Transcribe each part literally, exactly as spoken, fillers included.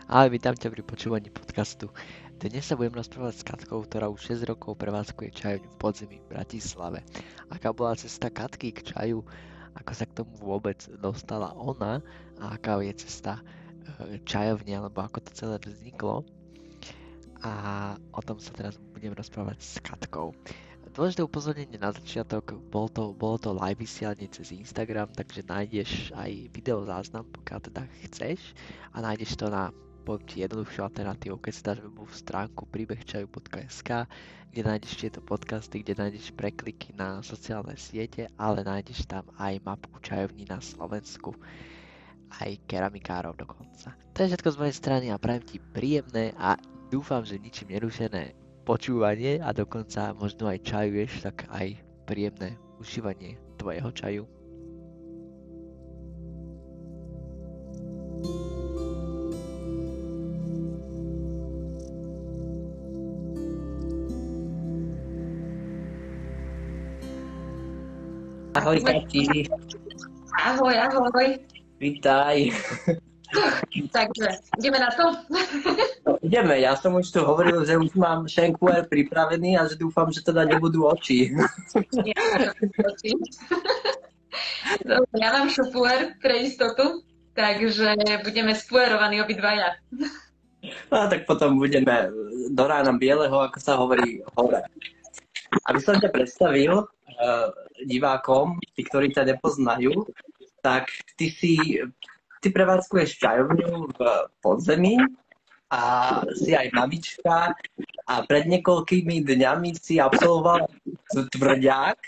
Ahoj, vítam ťa pri počúvaní podcastu. Dnes sa budem rozprávať s Katkou, ktorá už šesť rokov prevádzkuje čajovňu v podzemí v Bratislave. Aká bola cesta Katky k čaju, ako sa k tomu vôbec dostala ona a aká je cesta čajovne, alebo ako to celé vzniklo. A o tom sa teraz budem rozprávať s Katkou. Dôležité upozornenie na začiatok, bolo to, bolo to live vysielanie cez Instagram, takže nájdeš aj video záznam, pokiaľ teda chceš, a nájdeš to na, poviem ti, jednoduchšiu alternatívu, keď si dáš webovú stránku príbehčaju bodka es ká, kde nájdeš tieto podcasty, kde nájdeš prekliky na sociálne siete, ale nájdeš tam aj mapku čajovní na Slovensku, aj keramikárov dokonca. To je všetko z mojej strany a prajem ti príjemné a dúfam, že ničím nerušené počúvanie a dokonca možno aj čajuješ, tak aj príjemné užívanie tvojho čaju. Ahoj, Kati. Ahoj, ahoj. Vítaj. Takže, ideme na to? No, ideme, ja som už tu hovoril, že už mám shankwear pripravený a že dúfam, že teda nebudú oči. Ja, oči. Dobre, ja mám šupuer pre istotu, takže budeme spuerovaní obidvaja. No tak potom budeme do rána bieleho, ako sa hovorí, hore. Aby som ťa predstavil uh, divákom, tí, ktorí ťa nepoznajú, tak ty si... Ty prevádzkuješ čajovňu v podzemí a si aj mamička a pred niekoľkými dňami si absolvoval tvrďák.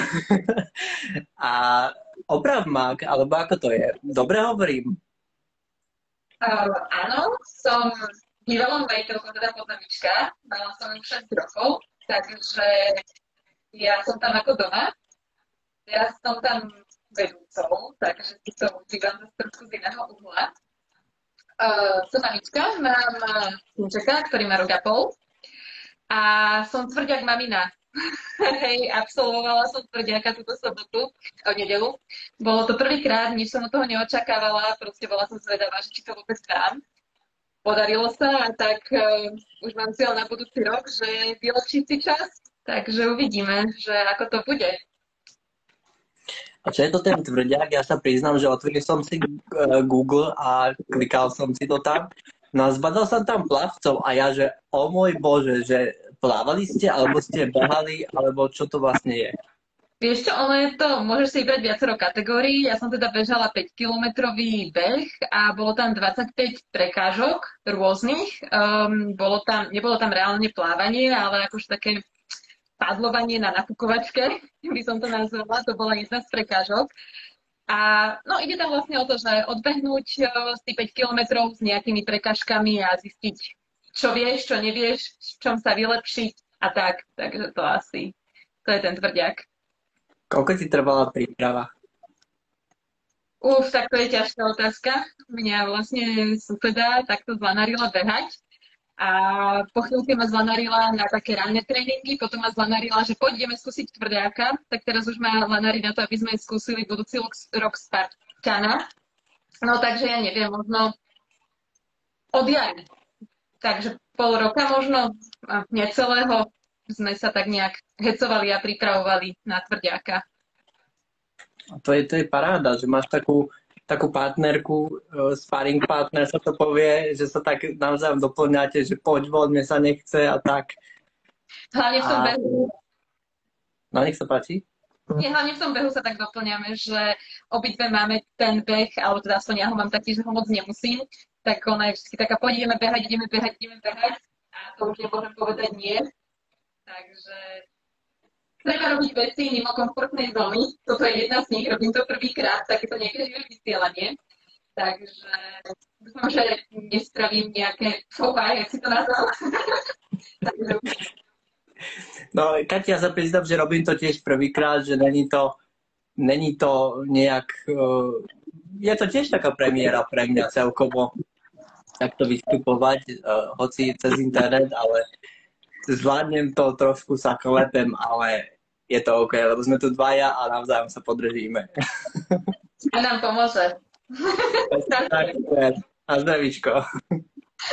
A oprav ma, alebo ako to je? Dobre hovorím? Uh, áno, som bývalou majiteľkou, teda podzemička, mala som už šesť rokov, takže ja som tam ako doma. Ja som tam vedúcou, takže si to dívam zase trošku z iného uhla. Uh, som mamička, mám synčeka, ktorý má rok a pol a som tvrďak mamina. Hej, absolvovala som tvrďaka túto sobotu, o nedeľu. Bolo to prvýkrát, nič som od toho neočakávala, proste bola som zvedavá, že či to vôbec dám. Podarilo sa a tak uh, už mám cieľ na budúci rok, že vylepšiť si čas, takže uvidíme, že ako to bude. A čo je to ten tvrďák? Ja sa priznám, že otvoril som si Google a klikal som si to tam. No a zbadal som tam plavcov a ja, že o môj Bože, že plávali ste, alebo ste behali, alebo čo to vlastne je? Vieš čo, ono je to, môžeš si vybrať viacero kategórií. Ja som teda bežala päťkilometrový beh a bolo tam dvadsaťpäť prekážok rôznych. Um, bolo tam, nebolo tam reálne plávanie, ale akože také padlovanie na nafukovačke, by som to nazvala, to bola jedna z prekážok. A no ide tam vlastne o to, že odbehnúť z tých päť kilometrov s nejakými prekážkami a zistiť, čo vieš, čo nevieš, v čom sa vylepšiť a tak. Takže to asi, to je ten tvrďak. Koľko ti trvala príprava? Uf, tak to je ťažká otázka. Mňa vlastne suseda takto zlanarila behať. A po chvíľke ma zlanarila na také ranné tréningy, potom ma zlanarila, že poďme skúsiť tvrďáka, tak teraz už ma lanarí na to, aby sme skúsili budúci rok Spartana. No takže ja neviem, možno od jary. Takže pol roka možno, necelého, sme sa tak nejak hecovali a pripravovali na tvrďáka. A to je, to je paráda, že máš takú takú partnerku, sparring partner sa to povie, že sa tak navzájom doplňate, že poď von, mne sa nechce a tak. Hlavne v tom a... behu. No, nech sa páči. Nie, hlavne v tom behu sa tak doplňame, že obidve máme ten beh, alebo teda aspoň ja ho mám taký, že ho moc nemusím, tak ona je vždy taká, poď ideme behať, ideme behať, ideme behať a to už nemôžem povedať nie. Takže treba robiť veci mimo komfortnej zóny. Toto je jedna z nich, robím to prvýkrát, takéto nepreživé vysielanie. Takže dúfam, že nespravím nejaké foupa, jak si to nazval. No, Katia, ja sa priznám, že robím to tiež prvýkrát, že není to, není to nejak... Uh, je to tiež taká premiéra pre mňa celkovo takto vystupovať, uh, hoci cez internet, ale zvládnem to, trošku sa klepem, ale je to OK, lebo sme tu dvaja a navzájom sa podržíme. A nám pomôže. Tak, a zdravíčko.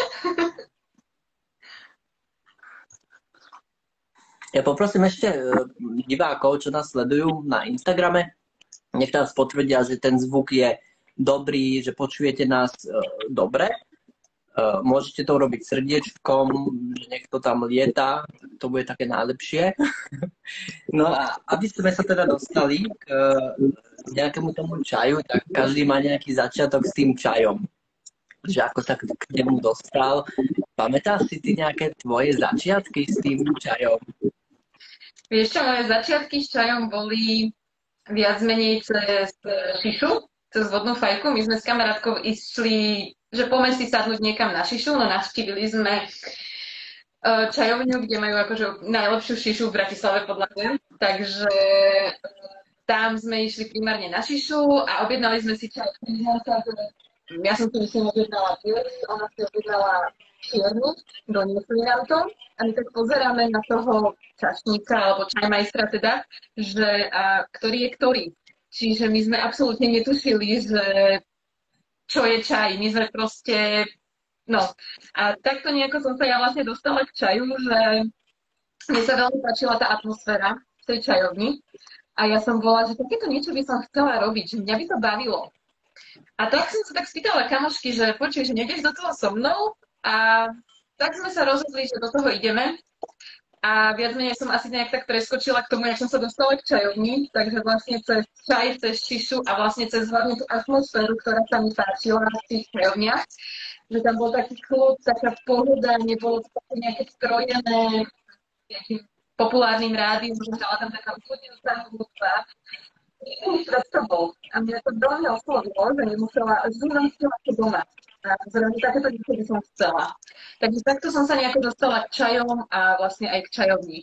Ja poprosím ešte e, divákov, čo nás sledujú na Instagrame, nech nás potvrdia, že ten zvuk je dobrý, že počujete nás e, dobre. Uh, môžete to urobiť srdiečkom, že nech to tam lieta, to bude také najlepšie. No a aby sme sa teda dostali k uh, nejakému tomu čaju, tak každý má nejaký začiatok s tým čajom. Že ako sa k, k nemu dostal. Pamätáš si ty nejaké tvoje začiatky s tým čajom? Vieš čo, moje začiatky s čajom boli viac menej cez šišu, cez vodnú fajku. My sme s kamarátkou išli, že poďme si sadnúť niekam na šišu, no navštívili sme uh, čajovňu, kde majú akože najlepšiu šišu v Bratislave podľa mňa. Takže uh, tam sme išli primárne na šišu a objednali sme si čaj. Ja som si myslím objednala bielý, ona si objednala čierny, doniesli nám to a my tak pozeráme na toho čašníka alebo čajmajstra teda, že a, ktorý je ktorý. Čiže my sme absolútne netušili, že čo je čaj. My sme proste, no. A takto nejako som sa ja vlastne dostala k čaju, že mne sa veľmi páčila tá atmosféra v tej čajovni. A ja som bola, že takéto niečo by som chcela robiť, že mňa by to bavilo. A tak som sa tak spýtala kamošky, že počuj, že nejdeš do toho so mnou? A tak sme sa rozhodli, že do toho ideme. A viac menej som asi nejak tak preskočila k tomu, jak som sa dostala k čajovni, takže vlastne cez čaj, cez šišu a vlastne cez hlavne tú atmosféru, ktorá sa mi páčila v tých čajovniach, že tam bol taký kľud, taká pohoda, nebolo to také nejaké strojené nejakým populárnym rádiom, že hrala tam taká ukludnenúca hudba. Tak to bol. A mňa to veľmi oslovilo, že nemusela, že som tam chcela ako doma. A zrazu takéto niečo by som chcela. Takže takto som sa nejako dostala k čajom a vlastne aj k čajovni.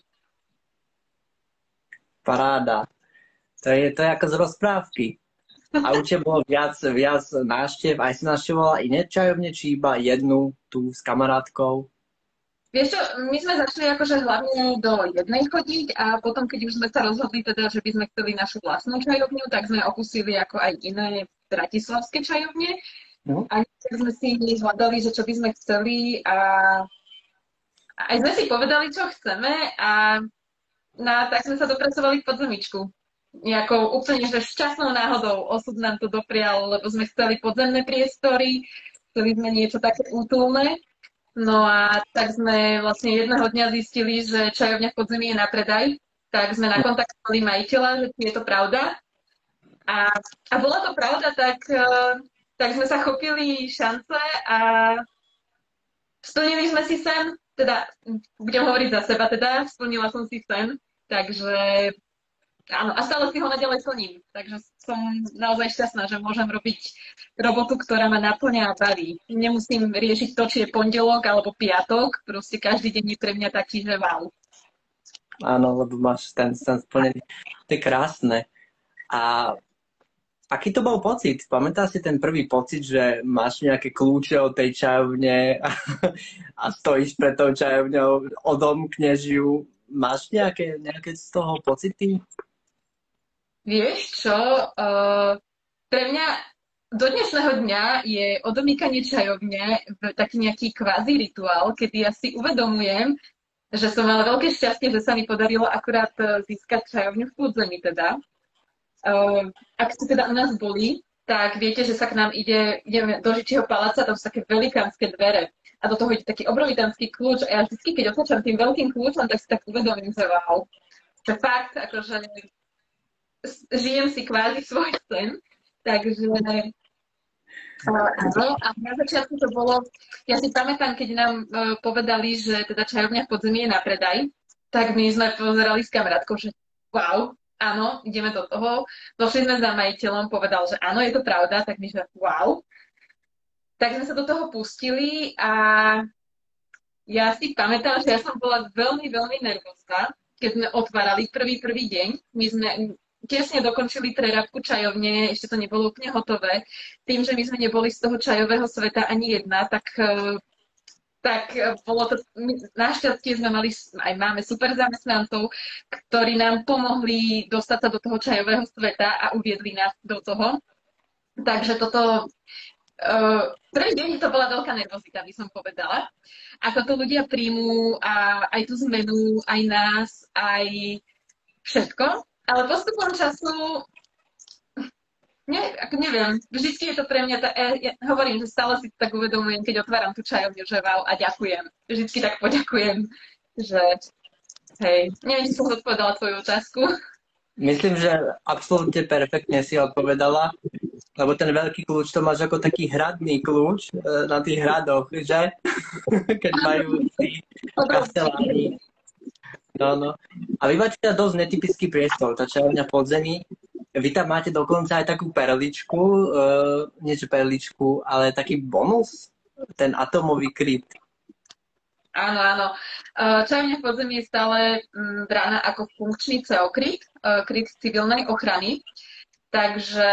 Paráda. To je, to je ako z rozprávky. A určite bolo viac, viac návštev. Aj si navštevovala iné čajovne, či iba jednu tu s kamarátkou? Vieš čo, my sme začali akože hlavne do jednej chodiť a potom, keď už sme sa rozhodli teda, že by sme chceli našu vlastnú čajovňu, tak sme okusili ako aj iné bratislavské čajovne. No. A tak sme si hľadali, že čo by sme chceli a, a aj sme si povedali, čo chceme a na, tak sme sa dopracovali k podzemičku. Nejakou úplne že šťastnou náhodou osud nám to doprial, lebo sme chceli podzemné priestory, chceli sme niečo také útulné. No a tak sme vlastne jedného dňa zistili, že čajovňa v podzemí je na predaj, tak sme nakontaktovali majiteľa, že je to pravda. A, a bola to pravda, tak... Tak sme sa chopili šance a splnili sme si sen, teda budem hovoriť za seba teda, splnila som si sen, takže áno, a stále si ho naďalej plním, takže som naozaj šťastná, že môžem robiť robotu, ktorá ma naplňa a baví. Nemusím riešiť to, či je pondelok alebo piatok, proste každý deň je pre mňa taký, že wow. Áno, lebo máš ten sen splnený, to je krásne. A aký to bol pocit? Pamätáš si ten prvý pocit, že máš nejaké kľúče od tej čajovne a, a stojíš pred tou čajovňou, odomkneš ju. Máš nejaké, nejaké z toho pocity? Vieš čo? Uh, pre mňa do dnešného dňa je odomýkanie čajovne taký nejaký kvázi rituál, kedy ja si uvedomujem, že som mala veľké šťastie, že sa mi podarilo akurát získať čajovňu v podzemí teda. Uh, ak ste teda u nás boli, tak viete, že sa k nám ide, ideme do Žičieho paláca, tam sú také velikánske dvere a do toho ide taký obrovitánsky kľúč a ja vždy, keď otlačam tým veľkým kľúčom, tak si tak uvedomím, že wow. Že fakt, akože žijem si kvázi svoj sen, takže uh, áno, a na začiatku to bolo, ja si pamätám, keď nám uh, povedali, že teda čajovňa v podzemí je na predaj, tak my sme pozerali s kamarátkou, že wow, áno, ideme do toho. Došli sme za majiteľom, povedal, že áno, je to pravda, tak my sme wow. Tak sme sa do toho pustili a ja si pamätám, že ja som bola veľmi, veľmi nervózna, keď sme otvárali prvý, prvý deň. My sme tesne dokončili prerábku čajovne, ešte to nebolo úplne hotové. Tým, že my sme neboli z toho čajového sveta ani jedna, tak tak bolo to, našťastie sme mali, aj máme super zamestnancov, ktorí nám pomohli dostať sa do toho čajového sveta a uviedli nás do toho. Takže toto Uh, prvý deň to bola veľká nervozita, by som povedala. Ako to ľudia príjmú a aj tú zmenu, aj nás, aj všetko. Ale postupom času, ne, ako neviem, vždycky je to pre mňa, tá, ja, ja hovorím, že stále si to tak uvedomujem, keď otváram tú čajovňu, že wow, a ďakujem. Vždycky tak poďakujem, že hej, neviem, či som odpovedala tvoju otázku. Myslím, že absolútne perfektne si odpovedala, lebo ten veľký kľúč to máš ako taký hradný kľúč e, na tých hradoch, že? Keď majú tí kasteláni. No, no. A vy máte teda dosť netypický priestor, tá čajovňa v podzemí. Vy tam máte dokonca aj takú perličku, e, nie že perličku, ale taký bonus, ten atomový kryt. Áno, áno. Čajovňa v podzemí je stále braná ako funkčný cé ó kryt, kryt civilnej ochrany. Takže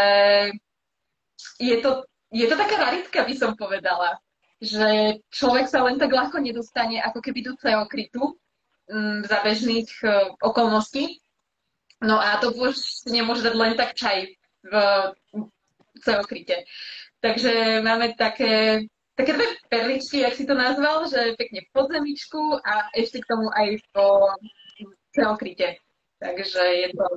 je to, je to taká raritka, by som povedala, že človek sa len tak ľahko nedostane ako keby do cé ó krytu za bežných okolností. No a to už nemôže dať len tak čaj v cé ó kryte. Takže máme také Také dve perličky, jak si to nazval, že pekne v podzemičku a ešte k tomu aj po celom kryte. Takže je to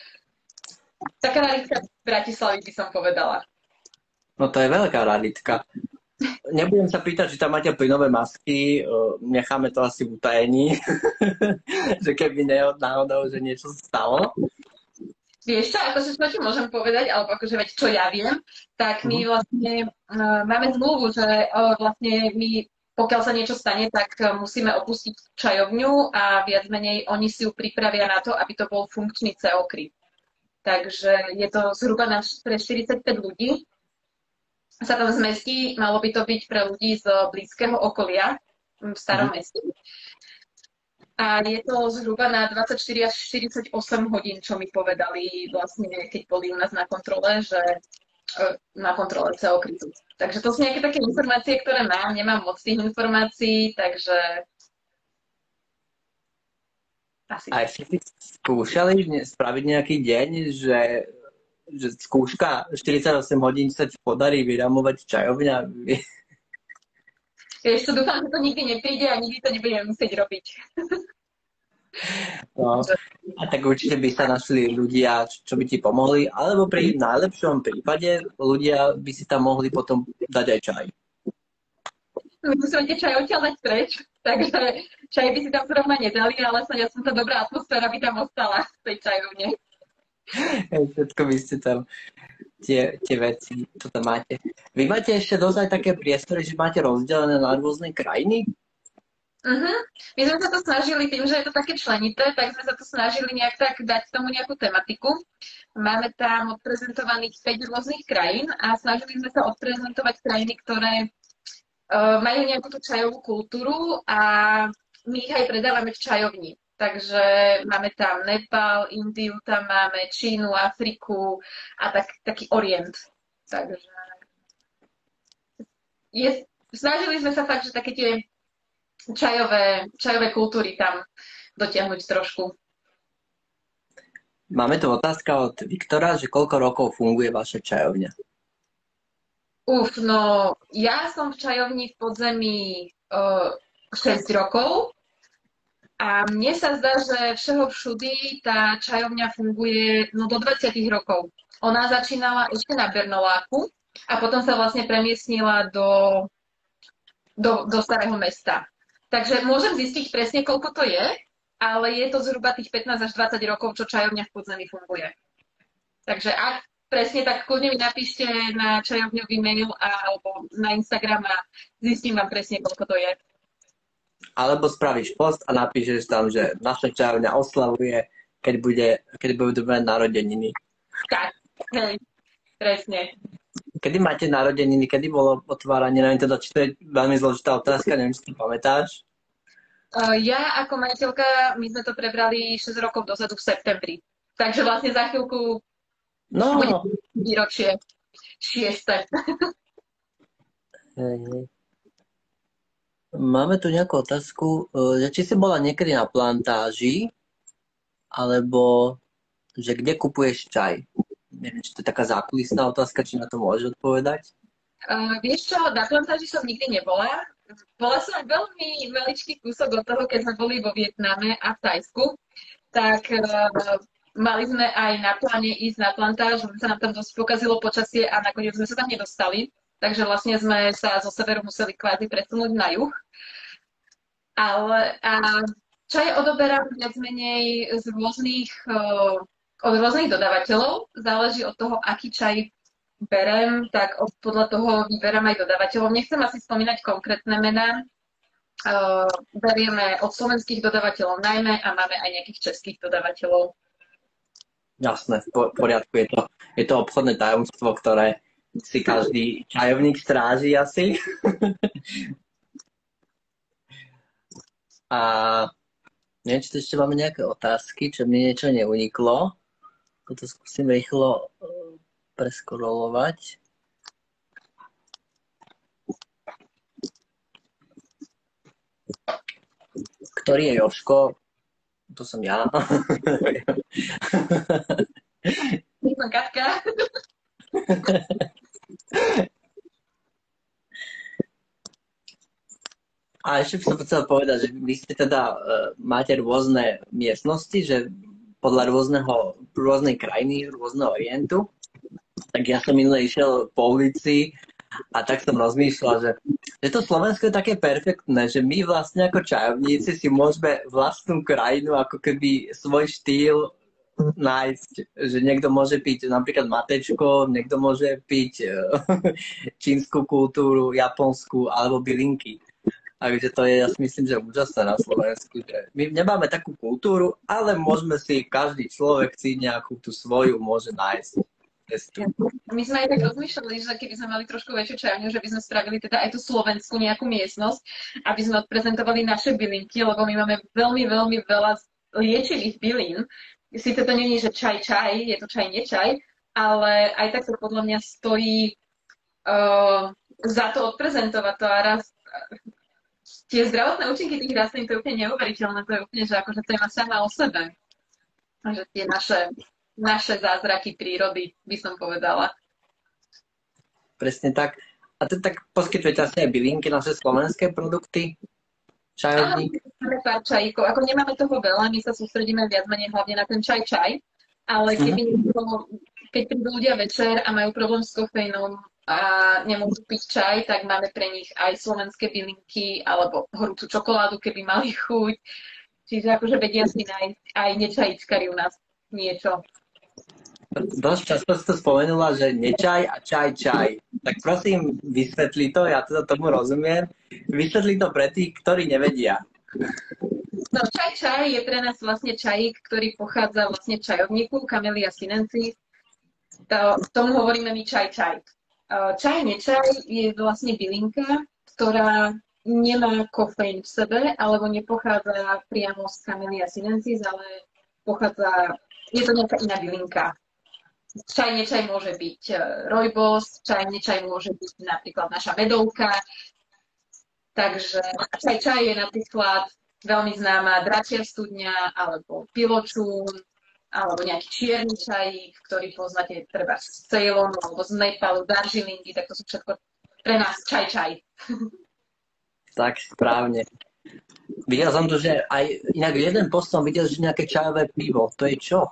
taká raritka v Bratislavy, by som povedala. No to je veľká raritka. Nebudem sa pýtať, či tam máte plynové masky, necháme to asi v utajení, že keby neod náhodou, že niečo sa stalo. Vieš čo, akože čo ti môžem povedať, alebo akože veď čo ja viem, tak my vlastne uh, máme zmluvu, že uh, vlastne my, pokiaľ sa niečo stane, tak uh, musíme opustiť čajovňu a viac menej oni si ju pripravia na to, aby to bol funkčný cé ó kryt. Takže je to zhruba na, pre štyridsaťpäť ľudí. Sa tam zmestí, malo by to byť pre ľudí z blízkeho okolia v starom mm. meste. A je to zhruba na dvadsaťštyri až štyridsaťosem hodín, čo mi povedali vlastne, keď boli u nás na kontrole, že na kontrole cé ó krytu. Takže to sú nejaké také informácie, ktoré mám. Nemám moc tých informácií, takže asi. A ešte si skúšali spraviť nejaký deň, že, že skúška štyridsaťosem hodín sa ti podarí vyramovať čajovňa? Vieš čo, dúfam, že to nikdy nepríde a nikdy to nebudeme musieť robiť. No, a tak určite by sa našli ľudia, čo by ti pomohli, alebo pri najlepšom prípade ľudia by si tam mohli potom dať aj čaj. My musíme tie čaj odtiaľ dať preč, takže čaj by si tam zrovna nedali, ale sa ja som tá dobrá atmosféra by tam ostala v tej čajovne. Všetko by ste tam tie, tie veci, čo tam máte. Vy máte ešte dosť aj také priestory, že máte rozdelené na rôzne krajiny? Uh-huh. My sme sa to snažili, tým, že je to také členité, tak sme sa to snažili nejak tak dať tomu nejakú tematiku. Máme tam odprezentovaných päť rôznych krajín a snažili sme sa odprezentovať krajiny, ktoré uh, majú nejakú tú čajovú kultúru a my ich aj predávame v čajovni. Takže máme tam Nepál, Indiu, tam máme Čínu, Afriku a tak, taký Orient. Takže je, snažili sme sa fakt, že také tie čajové, čajové kultúry tam dotiahnuť trošku. Máme tu otázka od Viktora, že koľko rokov funguje vaša čajovňa? Uf, no ja som v čajovni v podzemí uh, šesť rokov. A mne sa zdá, že všeho všudy tá čajovňa funguje no, do dvadsať rokov. Ona začínala ešte na Bernoláku a potom sa vlastne premiestnila do, do, do Starého mesta. Takže môžem zistiť presne, koľko to je, ale je to zhruba tých pätnásť až dvadsať rokov, čo čajovňa v podzemí funguje. Takže ak presne, tak kľudne mi napíšte na čajovňový mail alebo na Instagram a zistím vám presne, koľko to je. Alebo spravíš post a napíšeš tam, že naša čajovňa oslavuje, keď, bude, keď budú mať narodeniny. Tak, hej, presne. Kedy máte narodeniny? Kedy bolo otváranie? Neviem teda, či to je veľmi zložitá otázka, neviem, či to pamätáš. Uh, ja ako majiteľka, my sme to prebrali šesť rokov dozadu v septembri. Takže vlastne za chvíľku no. bude výročie šieste. Hej, hej. Máme tu nejakú otázku, že či si bola niekedy na plantáži, alebo že kde kupuješ čaj? Neviem, či to je taká zákulisná otázka, či na to môžeš odpovedať. Uh, vieš čo, na plantáži som nikdy nebola. Bola som veľmi maličký kúsok od toho, keď sme boli vo Vietname a v Thajsku. Tak uh, mali sme aj na pláne ísť na plantáž, sa nám tam dosť pokazilo počasie a nakoniec sme sa tam nedostali. Takže vlastne sme sa zo severu museli kvázi presunúť na juh. Ale a čaj odoberám viac menej z rôznych, uh, od rôznych dodávateľov. Záleží od toho, aký čaj berem, tak od, podľa toho vyberám aj dodávateľov. Nechcem asi spomínať konkrétne mená. Uh, berieme od slovenských dodávateľov najmä a máme aj nejakých českých dodávateľov. Jasné, v poriadku. Je to, je to obchodné tajomstvo, ktoré si každý čajovník stráži asi. A neviem, či to ešte máme nejaké otázky, čo mi niečo neuniklo. Toto skúsim rýchlo preskrolovať. Ktorý je Jožko? To som ja. Som Katka. A ešte by som chcel povedať, že vy ste teda uh, máte rôzne miestnosti, že podľa rôzneho, rôznej krajiny, rôzneho orientu. Tak ja som minule išiel po ulici a tak som rozmýšľal, že, že to Slovensko je také perfektné, že my vlastne ako čajovníci si môžeme vlastnú krajinu, ako keby svoj štýl nájsť, že niekto môže piť napríklad matečko, niekto môže piť čínsku kultúru, japonskú alebo bylinky. Takže to je, ja si myslím, že úžasné na Slovensku, že my nemáme takú kultúru, ale môžeme si, každý človek si nejakú tú svoju môže nájsť. My sme aj tak rozmýšľali, že keby sme mali trošku väčšiu čajovňu, že by sme spravili teda aj tú slovenskú nejakú miestnosť, aby sme odprezentovali naše bylinky, lebo my máme veľmi, veľmi veľa liečivých bylín. Sice to nie je, že čaj, čaj, je to čaj, nečaj, ale aj tak to podľa mňa stojí uh, za to odprezentovať to a raz tie zdravotné účinky tých rastlín, to je úplne neuveriteľné, to je úplne, že akože téma sama o sebe. Takže tie naše, naše zázraky prírody, by som povedala. Presne tak. A to tak poskytujete asi aj bylinky, naše slovenské produkty? Čajovník? Áno, máme pár čajíkov. Ako nemáme toho veľa, my sa sústredíme viac menej hlavne na ten čaj čaj, ale keby mm-hmm. keď prídu ľudia večer a majú problém s kofeínom, a nemôžu piť čaj, tak máme pre nich aj slovenské bylinky alebo horúcu čokoládu, keby mali chuť. Čiže akože vedia si nájsť aj nečajičkari u nás niečo. Dosť často si to spomenula, že nečaj a čaj čaj. Tak prosím, vysvetli to, ja teda tomu rozumiem. Vysvetli to pre tých, ktorí nevedia. No, čaj čaj je pre nás vlastne čajík, ktorý pochádza vlastne čajovníku, Camellia sinensis. To, tomu hovoríme my čaj čaj. Čaj nečaj je vlastne bylinka, ktorá nemá kofeín v sebe, alebo nepochádza priamo z Camellia sinensis, ale pochádza, je to nejaká iná bylinka. Čaj nečaj môže byť rooibos, čaj nečaj môže byť napríklad naša medovka. Takže čaj čaj je napríklad veľmi známa dračia studňa, alebo piločún, alebo nejaký čierny čajík, ktorý poznáte treba z Ceylonu, alebo z Nepalu, Darjeelingy, tak to sú všetko pre nás čaj čaj. Tak, správne. Videl som tu, že aj inak jeden post som videl, že nejaké čajové pivo. To je čo?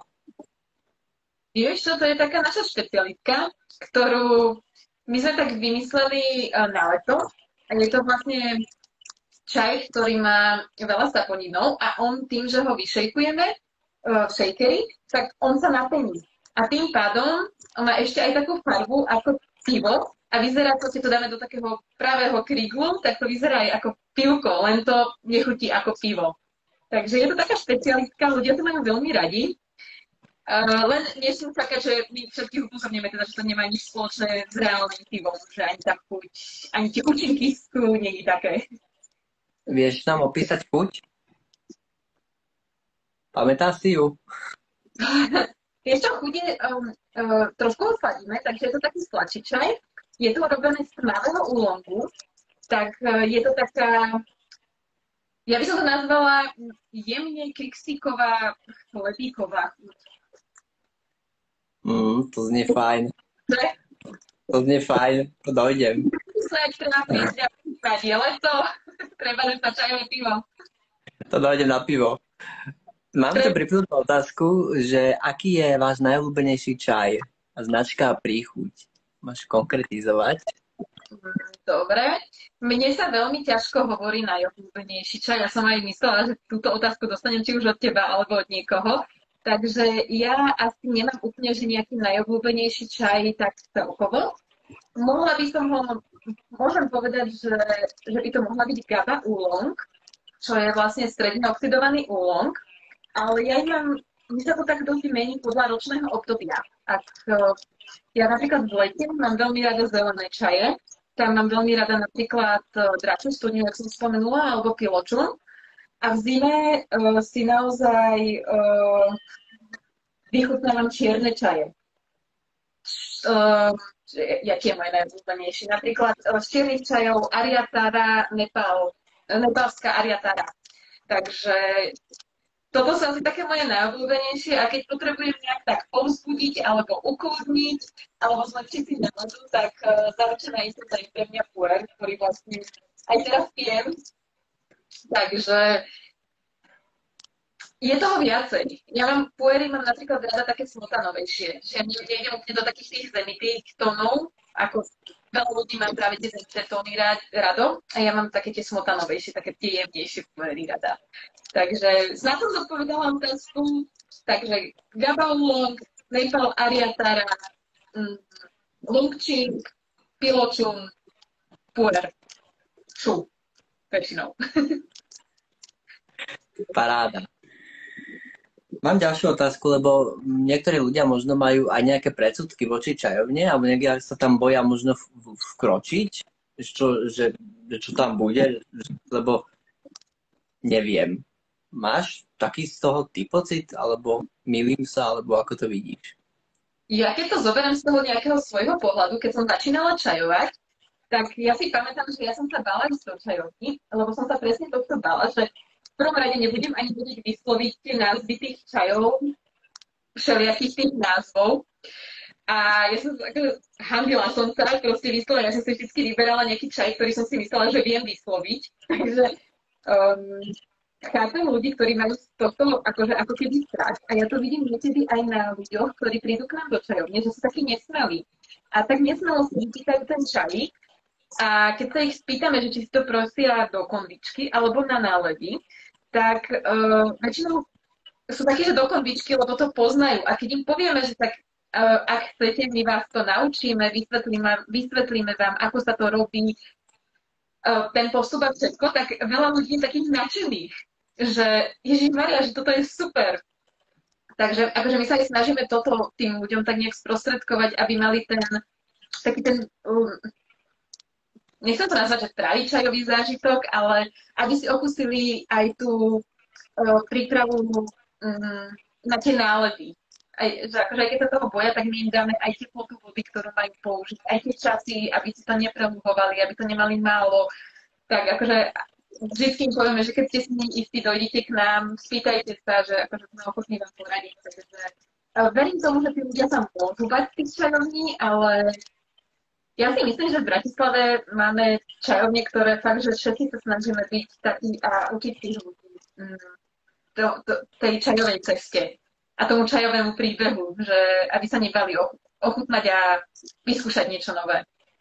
Vieš čo, to je taká naša špecialitka, ktorú my sme tak vymysleli na leto. A je to vlastne čaj, ktorý má veľa saponinov a on tým, že ho vyšejkujeme, v shakeri, tak on sa napení. A tým pádom on má ešte aj takú farbu ako pivo a vyzerá to, keď to dáme do takého pravého kriglu, tak to vyzerá aj ako pivko, len to nechutí ako pivo. Takže je to taká špecialistka, ľudia to majú veľmi radi. Uh, len nesmím čakať, že my všetkých upozorníme, teda, že to nemá nič spoločné s reálnym pivom, že ani tá chuť, ani tie účinky sú nie je také. Vieš nám opísať chuť? Pamätáš si ju? Vieš čo, chude, um, uh, trošku ho sladíme, takže je to taký sladší čaj. Je to robené z tmavého úlomku, tak uh, je to taká, ja by som to nazvala jemne keksíková, chlebíková chuť. Mm, to znie fajn. To znie fajn, to dojdem. Snáď treba prísť a prípať. Je leto, treba dať sa čajové pivo. To dojdem na pivo. Mám tu pripravenú otázku, že aký je váš najobľúbenejší čaj a značka a príchuť? Máš konkretizovať? Dobre. Mne sa veľmi ťažko hovorí najobľúbenejší čaj. Ja som aj myslela, že túto otázku dostanem či už od teba alebo od niekoho. Takže ja asi nemám úplne, že nejaký najobľúbenejší čaj tak celkovo. Mohla by som ho, môžem povedať, že, že by to mohla byť Gaba Oolong, čo je vlastne stredne oxidovaný úlong. Ale ja mám, mi sa to tak dosť mení podľa ročného obdobia. Ak, ja napríklad v lete mám veľmi rada zelené čaje, tam mám veľmi rada napríklad dračú studňu, ako som spomenula, alebo piloču. A v zime uh, si naozaj uh, vychutnávam čierne čaje. Uh, jaký je môj najobľúbenejší? Napríklad uh, z čiernych čajov Ariatara, Nepal, nepálska Ariatara. Takže toto sú asi také moje najobľúbenejšie a keď potrebujem nejak tak povzbudiť alebo ukludniť alebo zlepšiť si náladu, tak uh, zaručená istota je pre mňa puer, ktorý vlastne aj teraz pijem. Takže je toho viacej. Ja mám puery, mám napríklad rada také smotanovejšie, že ja nejdem úplne do takých tých zemitých tónov, ako veľa ľudí mám práve tie zemité tóny rado a ja mám také tie smotanovejšie, také tie jemnejšie puery rada. Takže snad som zodpovedala otázku. Takže Gaba Oolong, Nepal Ariatara, mm, Lungching, Piločun, puer. Sú. Väčšinou. Paráda. Mám ďalšiu otázku, lebo niektorí ľudia možno majú aj nejaké predsudky voči čajovne, alebo niekde sa tam boja možno vkročiť, čo, že, že čo tam bude, lebo neviem. Máš taký z toho ty pocit, alebo milím sa, alebo ako to vidíš? Ja keď to zoberiem z toho nejakého svojho pohľadu, keď som začínala čajovať, tak ja si pamätám, že ja som sa bála ísť do čajovky, lebo som sa presne tohto bála, že v prvom rade nebudem ani vedieť vysloviť tie názvy tých čajov, všelijakých tých názvov. A ja som ako, hambila som sa, proste vyslovene, ja som si vždy vyberala nejaký čaj, ktorý som si myslela, že viem vysloviť. Takže um, chápem ľudí, ktorí majú z tohto akože, ako keby strach. A ja to vidím niekedy aj na ľuďoch, ktorí prídu k nám do čajovne, že sú takí nesmelí. A tak nesmelo si vypýtajú ten čajík. A keď sa ich spýtame, že či si to prosia do konvičky alebo na nálady, tak uh, väčšinou sú takí, že do konvičky, lebo to poznajú. A keď im povieme, že tak uh, ak chcete, my vás to naučíme, vysvetlíme, vysvetlíme vám, ako sa to robí, uh, ten postup a všetko, tak veľa ľudí je takých nadšených, že Ježišmaria, že toto je super. Takže akože my sa aj snažíme toto tým ľuďom tak nejak sprostredkovať, aby mali ten taký ten... Um, nechcem to nazvať, že travičajový zážitok, ale aby si okusili aj tú uh, prípravu um, na tie nálady. Aj, že akože aj keď sa toho boja, tak my im dáme aj teplotu vody, ktorú majú použiť, aj tie časy, aby si to nepreluhovali, aby to nemali málo. Tak akože vždy im povieme, že keď ste si istí, dojdete k nám, spýtajte sa, že akože sme ochotní vám poradiť. Takže uh, verím tomu, že tí ľudia sa môžu bať z tých čajovní, ale ja si myslím, že v Bratislave máme čajovne, ktoré fakt, že všetci sa snažíme byť takí a učiť tých ľudí to, to, tej čajovej ceste a tomu čajovému príbehu, že aby sa nebali ochutnať a vyskúšať niečo nové.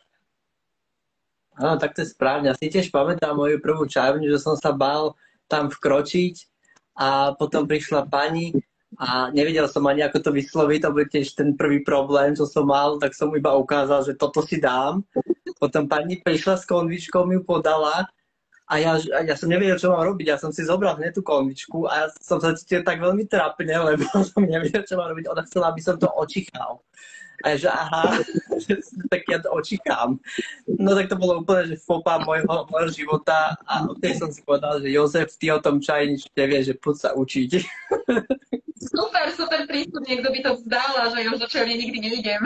Áno, tak to je správne. Ja si tiež pamätám moju prvú čajovňu, že som sa bál tam vkročiť a potom prišla pani a nevedel som ani, ako to vysloviť, to bol tiež ten prvý problém, čo som mal, tak som iba ukázal, že toto si dám. Potom pani prišla s konvičkou, mi ju podala a ja, a ja som nevedel, čo mám robiť. Ja som si zobral hneď tú konvičku a ja som sa cítil tak veľmi trápne, lebo som nevedel, čo mám robiť. Ona chcela, aby som to očichal. A ja, že aha, tak ja to očichám. No tak to bolo úplne, že fopa môjho, môjho života a odtedy som si povedal, že Jozef, ty o tom čaji nič nevieš, že poď sa učiť. Super, super prístup, niekto by to vzdal a že už do čajovne nikdy neidem.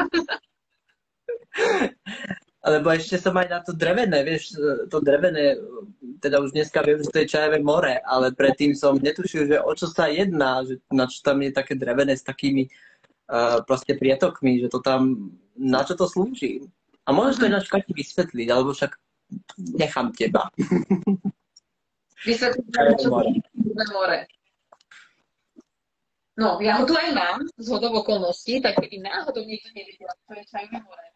Alebo ešte som aj na to drevené, vieš, to drevené, teda už dneska viem, že to je čajové more, ale predtým som netušil, že o čo sa jedná, že na čo tam je také drevené s takými uh, proste prietokmi, že to tam, na čo to slúži. A môžeš to ináč Kati vysvetliť, alebo však nechám teba. Vysvetliť, Čajové čo more. je more. No, ja ho tu aj mám, z hodou okolností, tak keby náhodou niekto nevedel, čo je čajové more.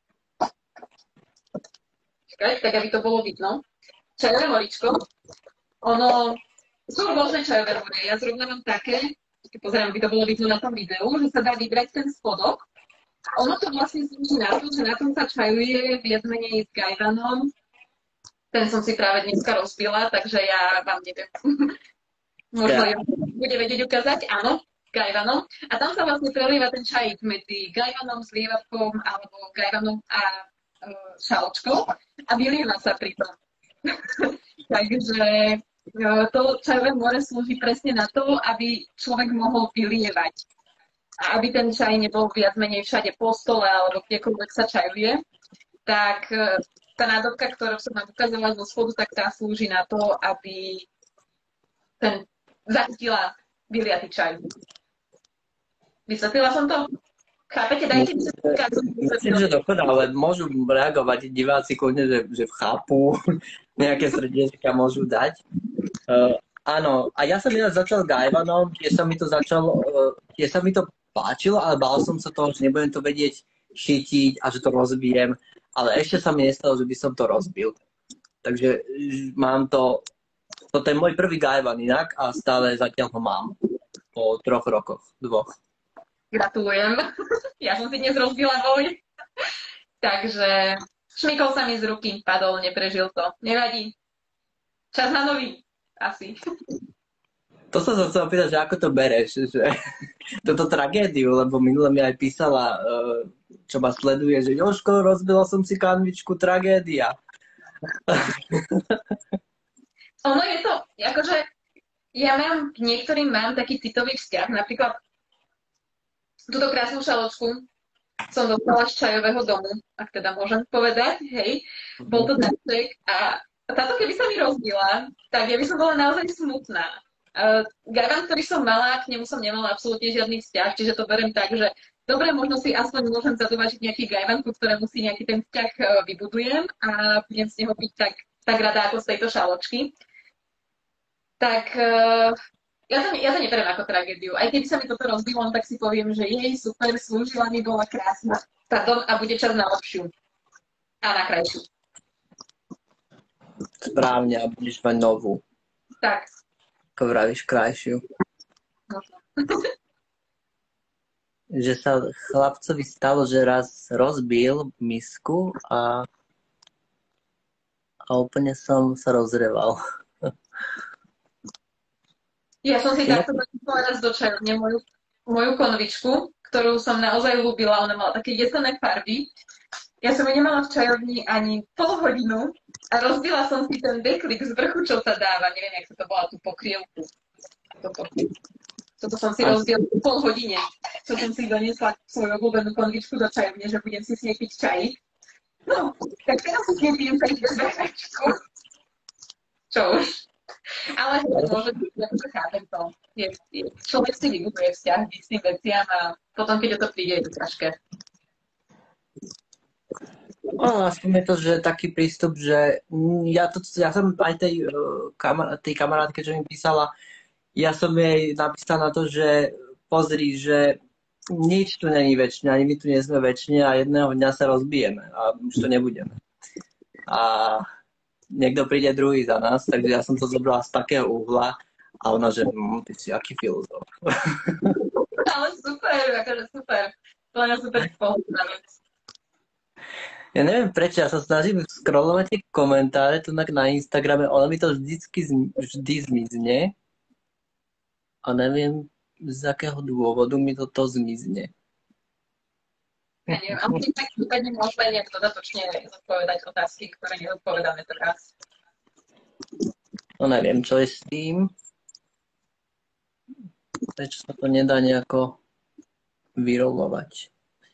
Čakaj, tak aby to bolo vidno. Čajové moričko, ono, sú rôzne čajové more. Ja zrovna mám také, keď pozerám, by to bolo vidno na tom videu, že sa dá vybrať ten spodok. A ono to vlastne slúži na to, že na tom sa čajuje viac menej s gajvanom. Ten som si práve dneska rozbila, takže ja vám neviem. Možno ja bude vedieť ukázať, áno, gajvanom. A tam sa vlastne prelieva ten čajík medzi gajvanom, slievatkom alebo gajvanom a e, šaločkou a vylieva sa pri tom. Takže e, to čajové more slúži presne na to, aby človek mohol vylievať. A aby ten čaj nebol viac menej všade po stole alebo kdekoľvek sa čajuje, tak e, tá nádobka, ktorú som vám ukázala zo spodu, tak tá slúži na to, aby ten zachytila vyliatý čaj. Vysvetlila som to? Chápete? Dajte mi sa Myslím, že dokonale, ale môžu reagovať diváci kľudne, že, že chápu, nejaké srdiečka môžu dať. Uh, áno, a ja som ináč začal gajvanom, tiež sa mi to začalo, uh, tiež sa mi to páčilo, ale bál som sa toho, že nebudem to vedieť chytiť a že to rozbijem, ale ešte sa mi nestalo, že by som to rozbil. Takže mám to, toto je môj prvý gajvan inak a stále zatiaľ ho mám po troch rokoch, dvoch. Gratulujem. Ja som si dnes rozbila môj. Takže šmykol sa mi z ruky, padol, neprežil to. Nevadí. Čas na nový. Asi. To som sa chcel opýtať, že ako to bereš, že toto tragédiu, lebo minule mi aj písala, čo ma sleduje, že Jožko, rozbila som si kanvičku, tragédia. Ono je to, akože ja mám, k niektorým mám taký citový vzťah, napríklad túto krásnu šaločku som dostala z čajového domu, ak teda môžem povedať, hej, bol to darček a táto keby sa mi rozbila, tak ja by som bola naozaj smutná. Uh, gajvan, ktorý som mala, k nemu som nemala absolútne žiadny vzťah, čiže to beriem tak, že dobre, možno si aspoň môžem zadovažiť nejaký gajvan, ku ktorému si nejaký ten vzťah uh, vybudujem a budem z neho piť tak, tak rada ako z tejto šaločky. Tak uh, ja, to, ja to neberiem ako tragédiu. Aj keby sa mi toto rozbilo, tak si poviem, že jej, super, slúžila mi, bola krásna. Pardon, a bude čas na lepšiu. A na krajšiu. Správne, a budeš mať novú. Tak. Ako vravíš, krajšiu. Možno. Že sa chlapcovi stalo, že raz rozbil misku a, a úplne som sa rozreval. Ja som si takto donesla raz do čajovne moju, moju konvičku, ktorú som naozaj ľúbila. Ona mala také jesené farby. Ja som ju nemala v čajovni ani pol hodinu a rozbila som si ten deklik z vrchu, čo sa dáva. Neviem, jak sa to volá, tú pokrievku. Toto. Toto som si rozbila v pol hodine. Čo som si doniesla svoju obľúbenú konvičku do čajovne, že budem si s nej piť čajík. No, tak teraz si s nej pijem čajík bez vrchačku. Čo už? Ale môže byť, akože chápem to. Je, je, človek si vybuduje vzťah k istým veciam a potom, keď o to príde, je to ťažké. No, aspoň je to, že taký prístup, že ja, to, ja som aj tej, kamar, tej kamarátke, čo mi písala, ja som jej napísal na to, že pozri, že nič tu není väčšine, ani my tu nie sme väčšine a jedného dňa sa rozbijeme a už to nebudeme. A niekto príde druhý za nás, takže ja som to zobrala z takého uhla a ona, že hm, ty si aký filozof. Ale super, akože super. To je super pohľad na vec. Ja neviem prečo, ja sa snažím scrollovať tie komentáre tu na Instagrame, ono mi to vždycky vždy zmizne a neviem z akého dôvodu mi toto zmizne. Ja neviem, ale v tak prípadne môžeme nejak dodatočne zodpovedať otázky, ktoré nezodpovedáme teraz. No neviem, čo je s tým. Prečo sa to nedá nejako vyrolovať.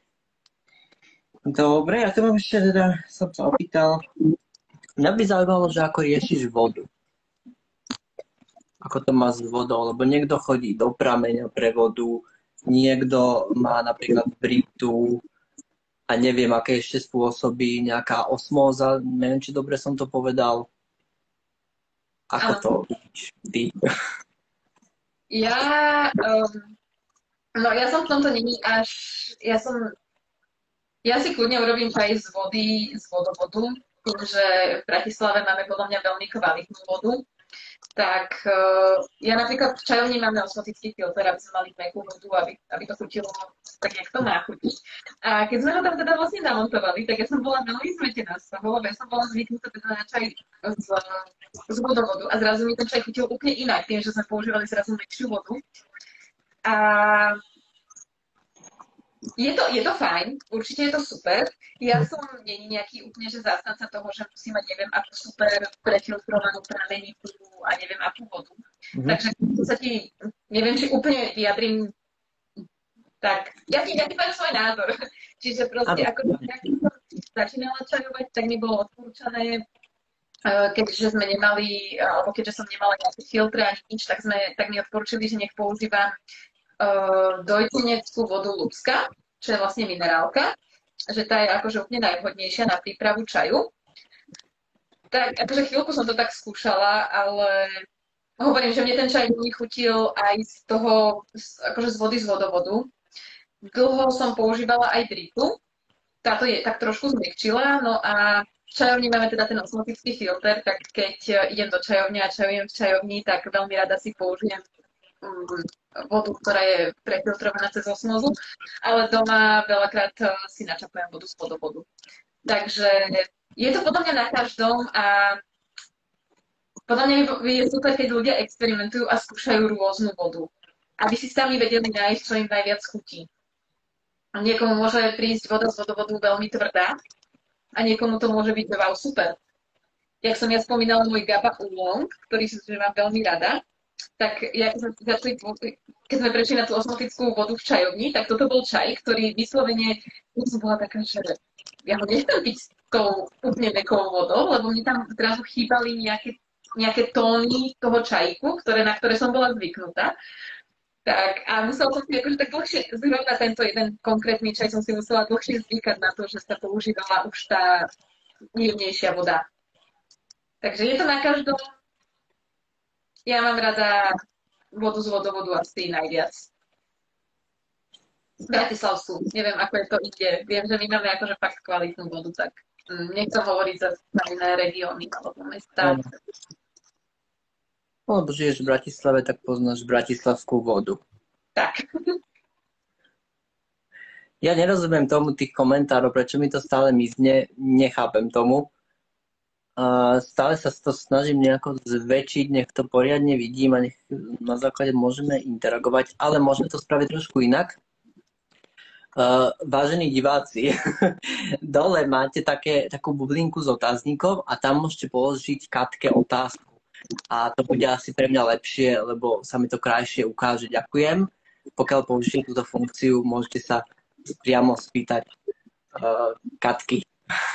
Dobre, ja to mám ešte teda, som sa opýtal. Mňa by zaujímalo, že ako riešiš vodu. Ako to má s vodou, lebo niekto chodí do prameňa pre vodu, niekto má napríklad britu, a neviem, aké ešte spôsoby, nejaká osmóza, neviem, či dobre som to povedal. Ako Áno. to vidíš ty? Ja, um, no ja som v tomto není až, ja som, ja si kľudne urobím čaj z vody, z vodovodu, tým, že v Bratislave máme podľa mňa veľmi kvalitnú vodu. Tak uh, ja napríklad v čajovni máme osmotický filter, aby sme mali mäkkú vodu, aby, aby to chutilo tak, jak to má chutiť. A keď sme ho tam teda vlastne namontovali, tak ja som bola veľmi zmetená z toho, lebo ja som bola zvyknutá teda na čaj z, z vodovodu a zrazu mi ten čaj chutil úplne inak, tým, že sme používali zrazu mäkšiu vodu. A je to, je to fajn, určite je to super. Ja som není nejaký úplne, že zástanca toho, že musí mať neviem akú super prefiltrovanú pramenitu a neviem akú vodu. Mm-hmm. Takže sa ti, neviem, či úplne vyjadrím tak. Ja ti, ja ti poviem svoj názor. Čiže proste, ako ja som začínala čajovať, tak mi bolo odporúčané, keďže sme nemali, alebo keďže som nemala nejaké filtre ani nič, tak, sme, tak mi odporúčili, že nech používam uh, dojtuneckú vodu Lubska, čo je vlastne minerálka, že tá je akože úplne najvhodnejšia na prípravu čaju. Tak akože chvíľku som to tak skúšala, ale hovorím, že mne ten čaj veľmi chutil aj z toho, akože z vody z vodovodu. Dlho som používala aj dripu, táto je tak trošku zmekčila, no a v čajovni máme teda ten osmotický filter, tak keď idem do čajovne a čajujem v čajovni, tak veľmi rada si použijem vodu, ktorá je prefiltrovaná cez osmozu, ale doma veľakrát si načapujem vodu z vodovodu. Takže je to podľa mňa na každom a podľa mňa je super, keď ľudia experimentujú a skúšajú rôznu vodu, aby si sami vedeli nájsť, čo im najviac chutí. Niekomu môže prísť voda z vodovodu veľmi tvrdá a niekomu to môže byť wow, super. Jak som ja spomínala môj Gaba Oolong, ktorý si že mám veľmi rada, tak ja, keď, sme začali, keď sme prešli na tú osmotickú vodu v čajovni, tak toto bol čaj, ktorý vyslovene, ja som bola taká, že ja ho nechcem piť s tou úplne mäkkou vodou, lebo mi tam zrazu chýbali nejaké, nejaké tóny toho čajíku, ktoré, na ktoré som bola zvyknutá. Tak a musela som si akože tak dlhšie, zrovna tento jeden konkrétny čaj som si musela dlhšie zvykať na to, že sa používala už tá jemnejšia voda. Takže je to na každom. Ja mám rada vodu z vodovodu asi najviac. Bratislavskú. Neviem, ako je to inde. Viem, že my máme akože fakt kvalitnú vodu, tak nechcem hovoriť za iné regióny alebo mesta. No, lebo žiješ v Bratislave, tak poznáš bratislavskú vodu. Tak. Ja nerozumiem tomu tých komentárov, prečo mi to stále mizne, nechápem tomu. Uh, stále sa to snažím nejako zväčšiť, nech to poriadne vidím a nech na základe môžeme interagovať, ale môžeme to spraviť trošku inak. Uh, vážení diváci, dole máte také, takú bublinku s otáznikom a tam môžete položiť Katke otázku. A to bude asi pre mňa lepšie, lebo sa mi to krajšie ukáže. Ďakujem. Pokiaľ použijete túto funkciu, môžete sa priamo spýtať uh, Katky.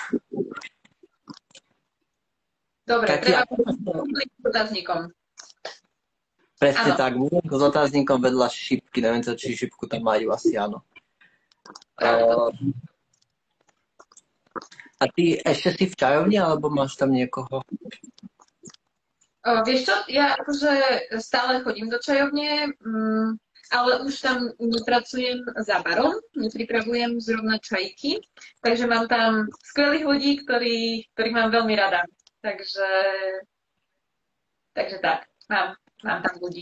Dobre, Katky, treba bublinku s otáznikom. Presne áno. tak, bublinku s otáznikom vedľa šipky. Neviem, či šipku tam majú, asi áno. Uh, a ty ešte si v čajovni, alebo máš tam niekoho? O, vieš čo, ja akože stále chodím do čajovne, mm, ale už tam nepracujem za barom, nepripravujem zrovna čajky, takže mám tam skvelých ľudí, ktorí, ktorých mám veľmi rada. Takže, takže tak, mám, mám tam ľudí.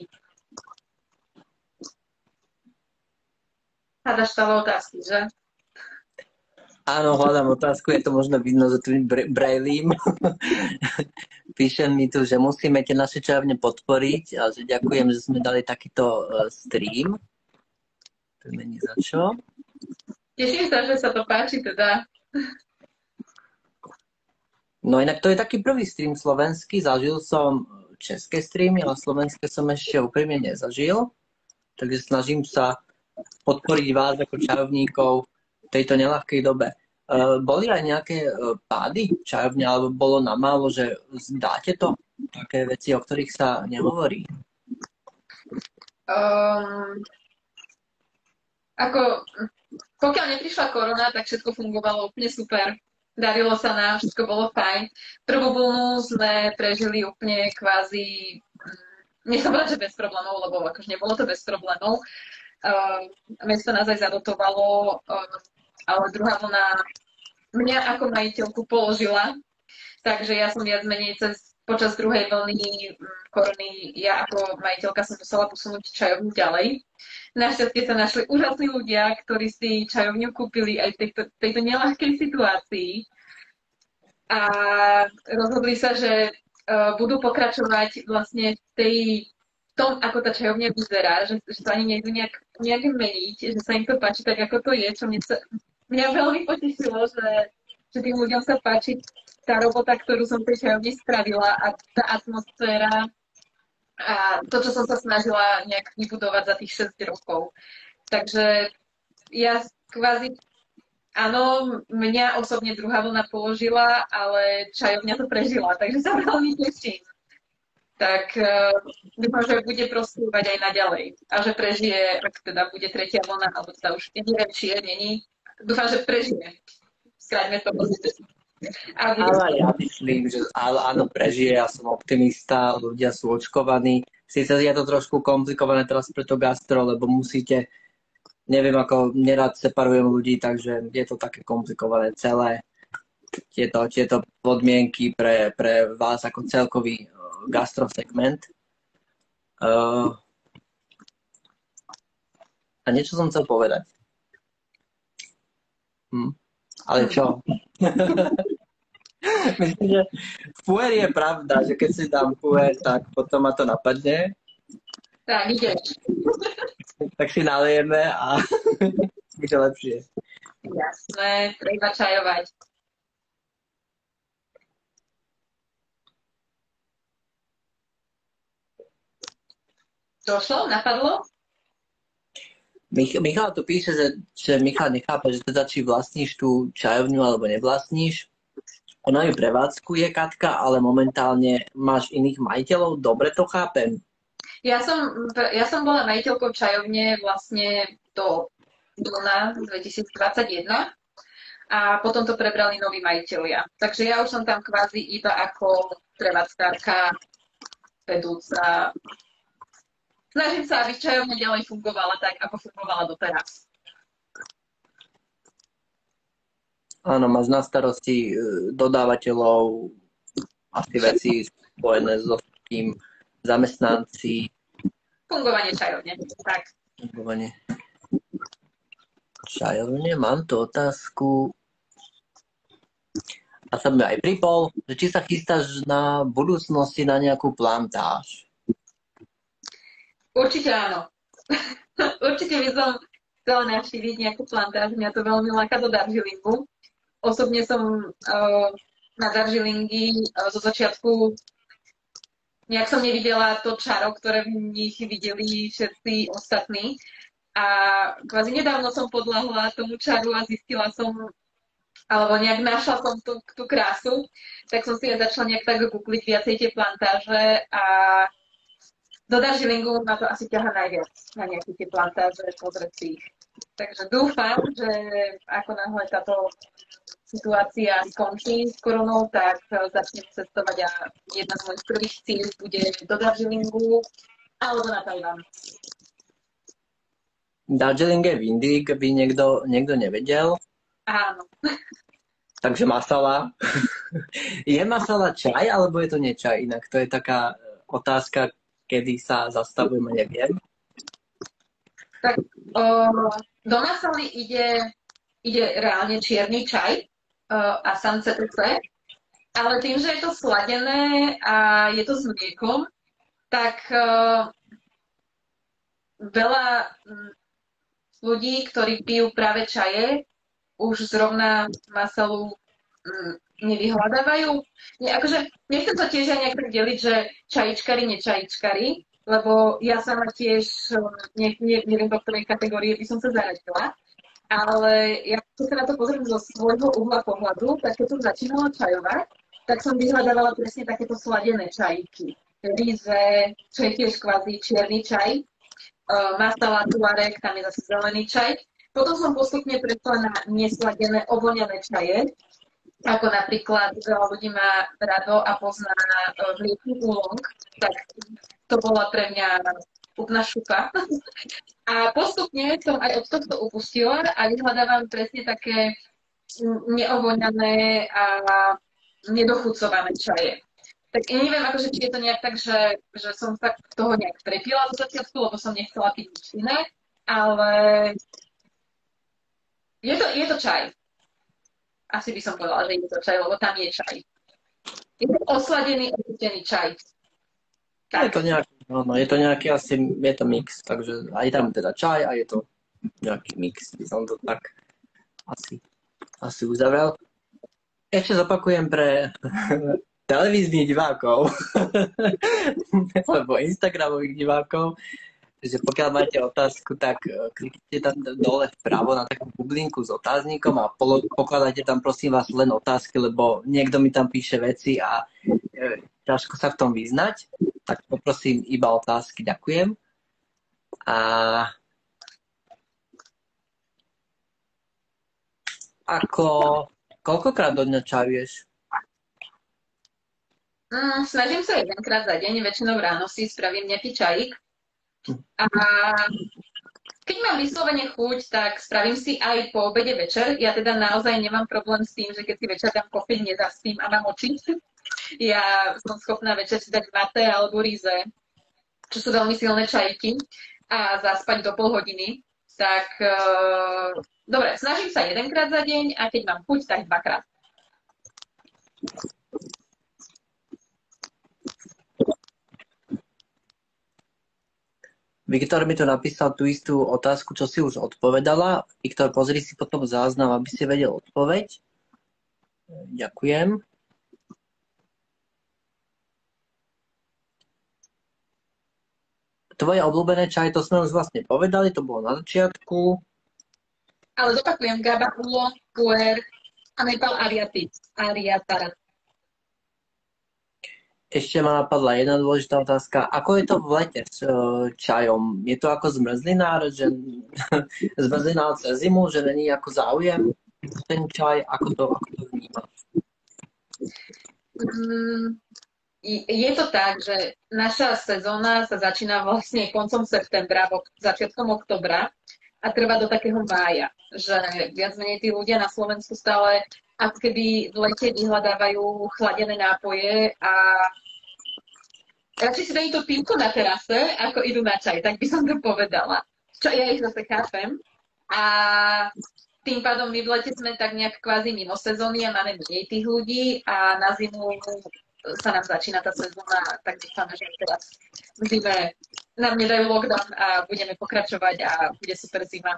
Hádaš stále otázky, že? Áno, hľadám otázku, je to možno vidno za tým brejlím. Píšem mi tu, že musíme tie naše čajovne podporiť a že ďakujem, že sme dali takýto uh, stream. To není za čo. Teším sa, že sa to páči teda. No inak to je taký prvý stream slovenský. Zažil som české streamy, ale slovenské som ešte úprimne nezažil. Takže snažím sa podporiť vás ako čajovníkov v tejto neľahkej dobe. Uh, boli aj nejaké uh, pády čajovne, alebo bolo na málo, že zdáte to? Také veci, o ktorých sa nehovorí? Um, ako, pokiaľ neprišla korona, tak všetko fungovalo úplne super. Darilo sa nám, všetko bolo fajn. Prvú vlnu sme prežili úplne kvázi, nechcem povedať, že bez problémov, lebo akože nebolo to bez problémov. Uh, mesto nás aj zadotovalo, uh, ale druhá vlna mňa ako majiteľku položila, takže ja som viac menej cez, počas druhej vlny korony, ja ako majiteľka som musela posunúť čajovňu ďalej. Našťastie sa našli úžasní ľudia, ktorí si čajovňu kúpili aj v tejto, tejto neľahkej situácii a rozhodli sa, že uh, budú pokračovať vlastne v tej tom, ako tá čajovňa vyzerá, že, že to ani nejdu nejak, nejak meniť, že sa im to páči tak, ako to je, čo mňa, sa, mňa veľmi potešilo, že, že tým ľuďom sa páči tá robota, ktorú som tej čajovni spravila a tá atmosféra a to, čo som sa snažila nejak vybudovať za tých šesť rokov. Takže ja kvázi, áno, mňa osobne druhá vlna položila, ale čajovňa to prežila, takže sa veľmi teším. Tak uh, dúfam, že bude prospievať aj naďalej a že prežije, ak teda bude tretia vlna, alebo teda už neviem, či je, není. Dúfam, že prežije. Skráťme to pozitívne. Ale ja myslím, že áno, prežije, ja som optimista, ľudia sú očkovaní. Sice je to trošku komplikované teraz pre to gastro, lebo musíte, neviem ako, nerad separujem ľudí, takže je to také komplikované celé. Tieto, tieto podmienky pre, pre vás ako celkový gastrosegment. Uh, a niečo som chcel povedať. Hm. Ale čo? Myslím, že puer je pravda, že keď si dám puer, tak potom ma to napadne. Tak, ideš. Tak si naliejeme a bude lepšie. Jasné, treba čajovať. Došlo? Napadlo? Mich- Michal tu píše, že, že Michal nechápe, že teda či vlastníš tú čajovňu alebo nevlastníš. Ona ju prevádzkuje, Katka, ale momentálne máš iných majiteľov. Dobre to chápem? Ja som, ja som bola majiteľkou čajovne vlastne do júna dvetisícdvadsaťjeden a potom to prebrali noví majiteľia. Takže ja už som tam kvázi iba ako prevádzkárka, vedúca. Snažím sa, aby čajovňa ďalej fungovala tak, ako fungovala doteraz. Áno, máš na starosti dodávateľov, asi veci spojené so tým, zamestnanci. Fungovanie čajovne, tak. Fungovanie čajovne, mám tu otázku. A som aj pripol, že či sa chystáš na budúcnosti na nejakú plantáž? Určite áno. Určite by som chcela navštíviť nejakú plantáž. Mňa to veľmi láka do Darjeelingu. Osobne som uh, na Darjeelingi uh, zo začiatku nejak som nevidela to čaro, ktoré v nich videli všetci ostatní. A kvázi nedávno som podľahla tomu čaru a zistila som, alebo nejak našla som tú, tú krásu, tak som si aj začala nejak tak googliť viacej tie plantáže a do Darjeelingu ma to asi ťaha najviac na nejaké tie plantáže, pozrieť si ich. Takže dúfam, že ako náhle táto situácia skončí s koronou, tak začnem cestovať a jedna z mojich prvých cíl bude do Darjeelingu alebo na Tajván. Darjeeling je v Indii, keby niekto, niekto nevedel. Áno. Takže masala. Je masala čaj, alebo je to nečaj? Inak to je taká otázka, kedy sa zastavujem a neviem. Tak o, do masaly ide, ide reálne čierny čaj o, a sunset tea, ale tým, že je to sladené a je to s mliekom, tak o, veľa ľudí, ktorí pijú práve čaje, už zrovna masalu nevyhľadávajú. Nie, akože nechcem sa tiež aj nejak tak deliť, že čajičkari, nečajičkari, lebo ja sama tiež ne, ne, neviem, do ktorej kategórie by som sa zaradila, ale ja keď sa na to pozriem zo svojho uhla pohľadu, tak keď som začínala čajovať, tak som vyhľadávala presne takéto sladené čajíky. Rize, čo je tiež kvázi čierny čaj, uh, masala, tuareg, tam je zase zelený čaj. Potom som postupne prešla na nesladené ovoňané čaje, ako napríklad veľa ľudí má rado a pozná mliečný úlong, tak to bola pre mňa úplná šupa. A postupne som aj od tohto upustila a vyhľadávam presne také neovoňané a nedochucované čaje. Tak ja neviem, akože, či je to nejak tak, že, že som sa toho nejak prepila zo začiatku, lebo som nechcela piť nič iné, ale je to, je to čaj. Asi by som povedala, že je to čaj, lebo tam je čaj. Je to osladený, ochutený čaj. Tak. Je to nejaký, no, no, je to nejaký asi, je to mix, takže aj tam teda čaj a je to nejaký mix. By som to tak asi, asi uzavrel. Ešte zopakujem pre televíznych divákov, alebo Instagramových divákov, že pokiaľ máte otázku, tak kliknite tam dole vpravo na takú bublinku s otáznikom a pokladajte tam prosím vás len otázky, lebo niekto mi tam píše veci a e, ťažko sa v tom vyznať, tak poprosím iba otázky, ďakujem. A ako, koľkokrát do dňa čajuješ? Mm, snažím sa jedenkrát za deň, väčšinou ráno si spravím nejaký čajík. A keď mám vyslovene chuť, tak spravím si aj po obede večer. Ja teda naozaj nemám problém s tým, že keď si večer dám kofeín, nezaspím a mám oči. Ja som schopná večer si dať mate alebo ríze, čo sú veľmi silné čajky, a zaspať do pol hodiny. Tak uh, dobre, snažím sa jedenkrát za deň a keď mám chuť, tak dvakrát. Viktor mi tu napísal tú istú otázku, čo si už odpovedala. Viktor, pozri si potom záznam, aby si vedel odpoveď. Ďakujem. Tvoje obľúbené čaj, to sme už vlastne povedali, to bolo na začiatku. Ale zopakujem, Gaba, Ulo, Puer a Nepal Ariatara. Ešte ma napadla jedna dôležitá otázka. Ako je to v lete s čajom? Je to ako zmrzlinár, že zmrzlinár cez zimu, že není ako záujem ten čaj? Ako to, ako to vnímaš? Mm, je to tak, že naša sezóna sa začína vlastne koncom septembra, začiatkom oktobra a trvá do takého mája. Že viac menej tí ľudia na Slovensku stále ako keby v lete vyhľadávajú chladené nápoje a radšej si dajú to pivko na terase, ako idú na čaj, tak by som to povedala. Čo ja ich zase chápem. A tým pádom my v lete sme tak nejak kvázi mimo sezóny a máme menej tých ľudí a na zimu sa nám začína tá sezóna, tak dúfame, že teraz v zime nám nedajú lockdown a budeme pokračovať a bude super zima.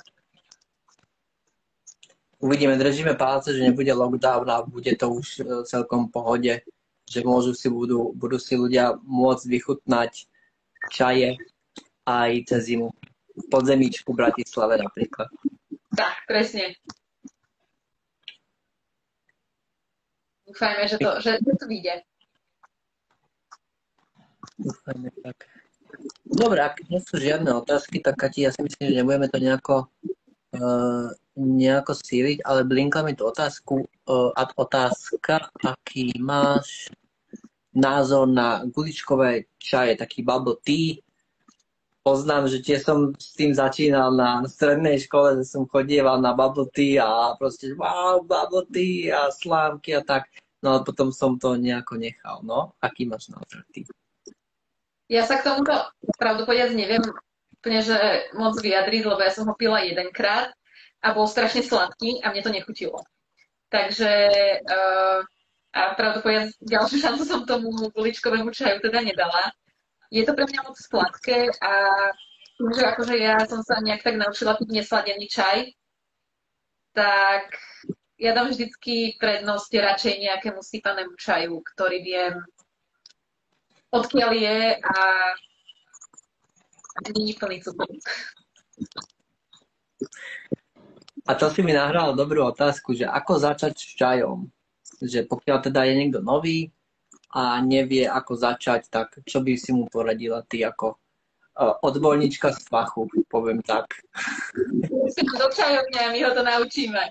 Uvidíme, držíme palce, že nebude lockdown a bude to už celkom v pohode, že môžu si budú, budú si ľudia môcť vychutnať čaje aj cez zimu. Podzemíčku v Bratislave napríklad. Tak, presne. Dúfajme, že to, že, že to vyjde. Dúfajme tak. Dobre, ak nie sú žiadne otázky, tak Kati, ja si myslím, že nebudeme to nejako Uh, nejako síliť, ale blinkla mi tu otázku, uh, otázka, aký máš názor na guličkové čaje, taký bubble tea. Poznám, že tiež som s tým začínal na strednej škole, že som chodieval na bubble tea a proste wow, bubble tea a slávky a tak. No ale potom som to nejako nechal. No, aký máš názor ty? Ja sa k tomuto pravdu povedať neviem úplne, že moc vyjadriť, lebo ja som ho pila jedenkrát a bol strašne sladký a mne to nechutilo. Takže uh, a pravdu povedať, ďalšiu šancu som tomu guličkovému čaju teda nedala. Je to pre mňa moc sladké a tým, že akože ja som sa nejak tak naučila piť nesladený čaj, tak ja dám vždycky prednosť radšej nejakému sypanému čaju, ktorý viem, odkiaľ je a nie je plný cukru. A to si mi nahrala dobrú otázku, že ako začať s čajom? Že pokiaľ teda je niekto nový a nevie, ako začať, tak čo by si mu poradila ty ako uh, odborníčka z fachu, poviem tak. musí do čajovne a my ho to naučíme.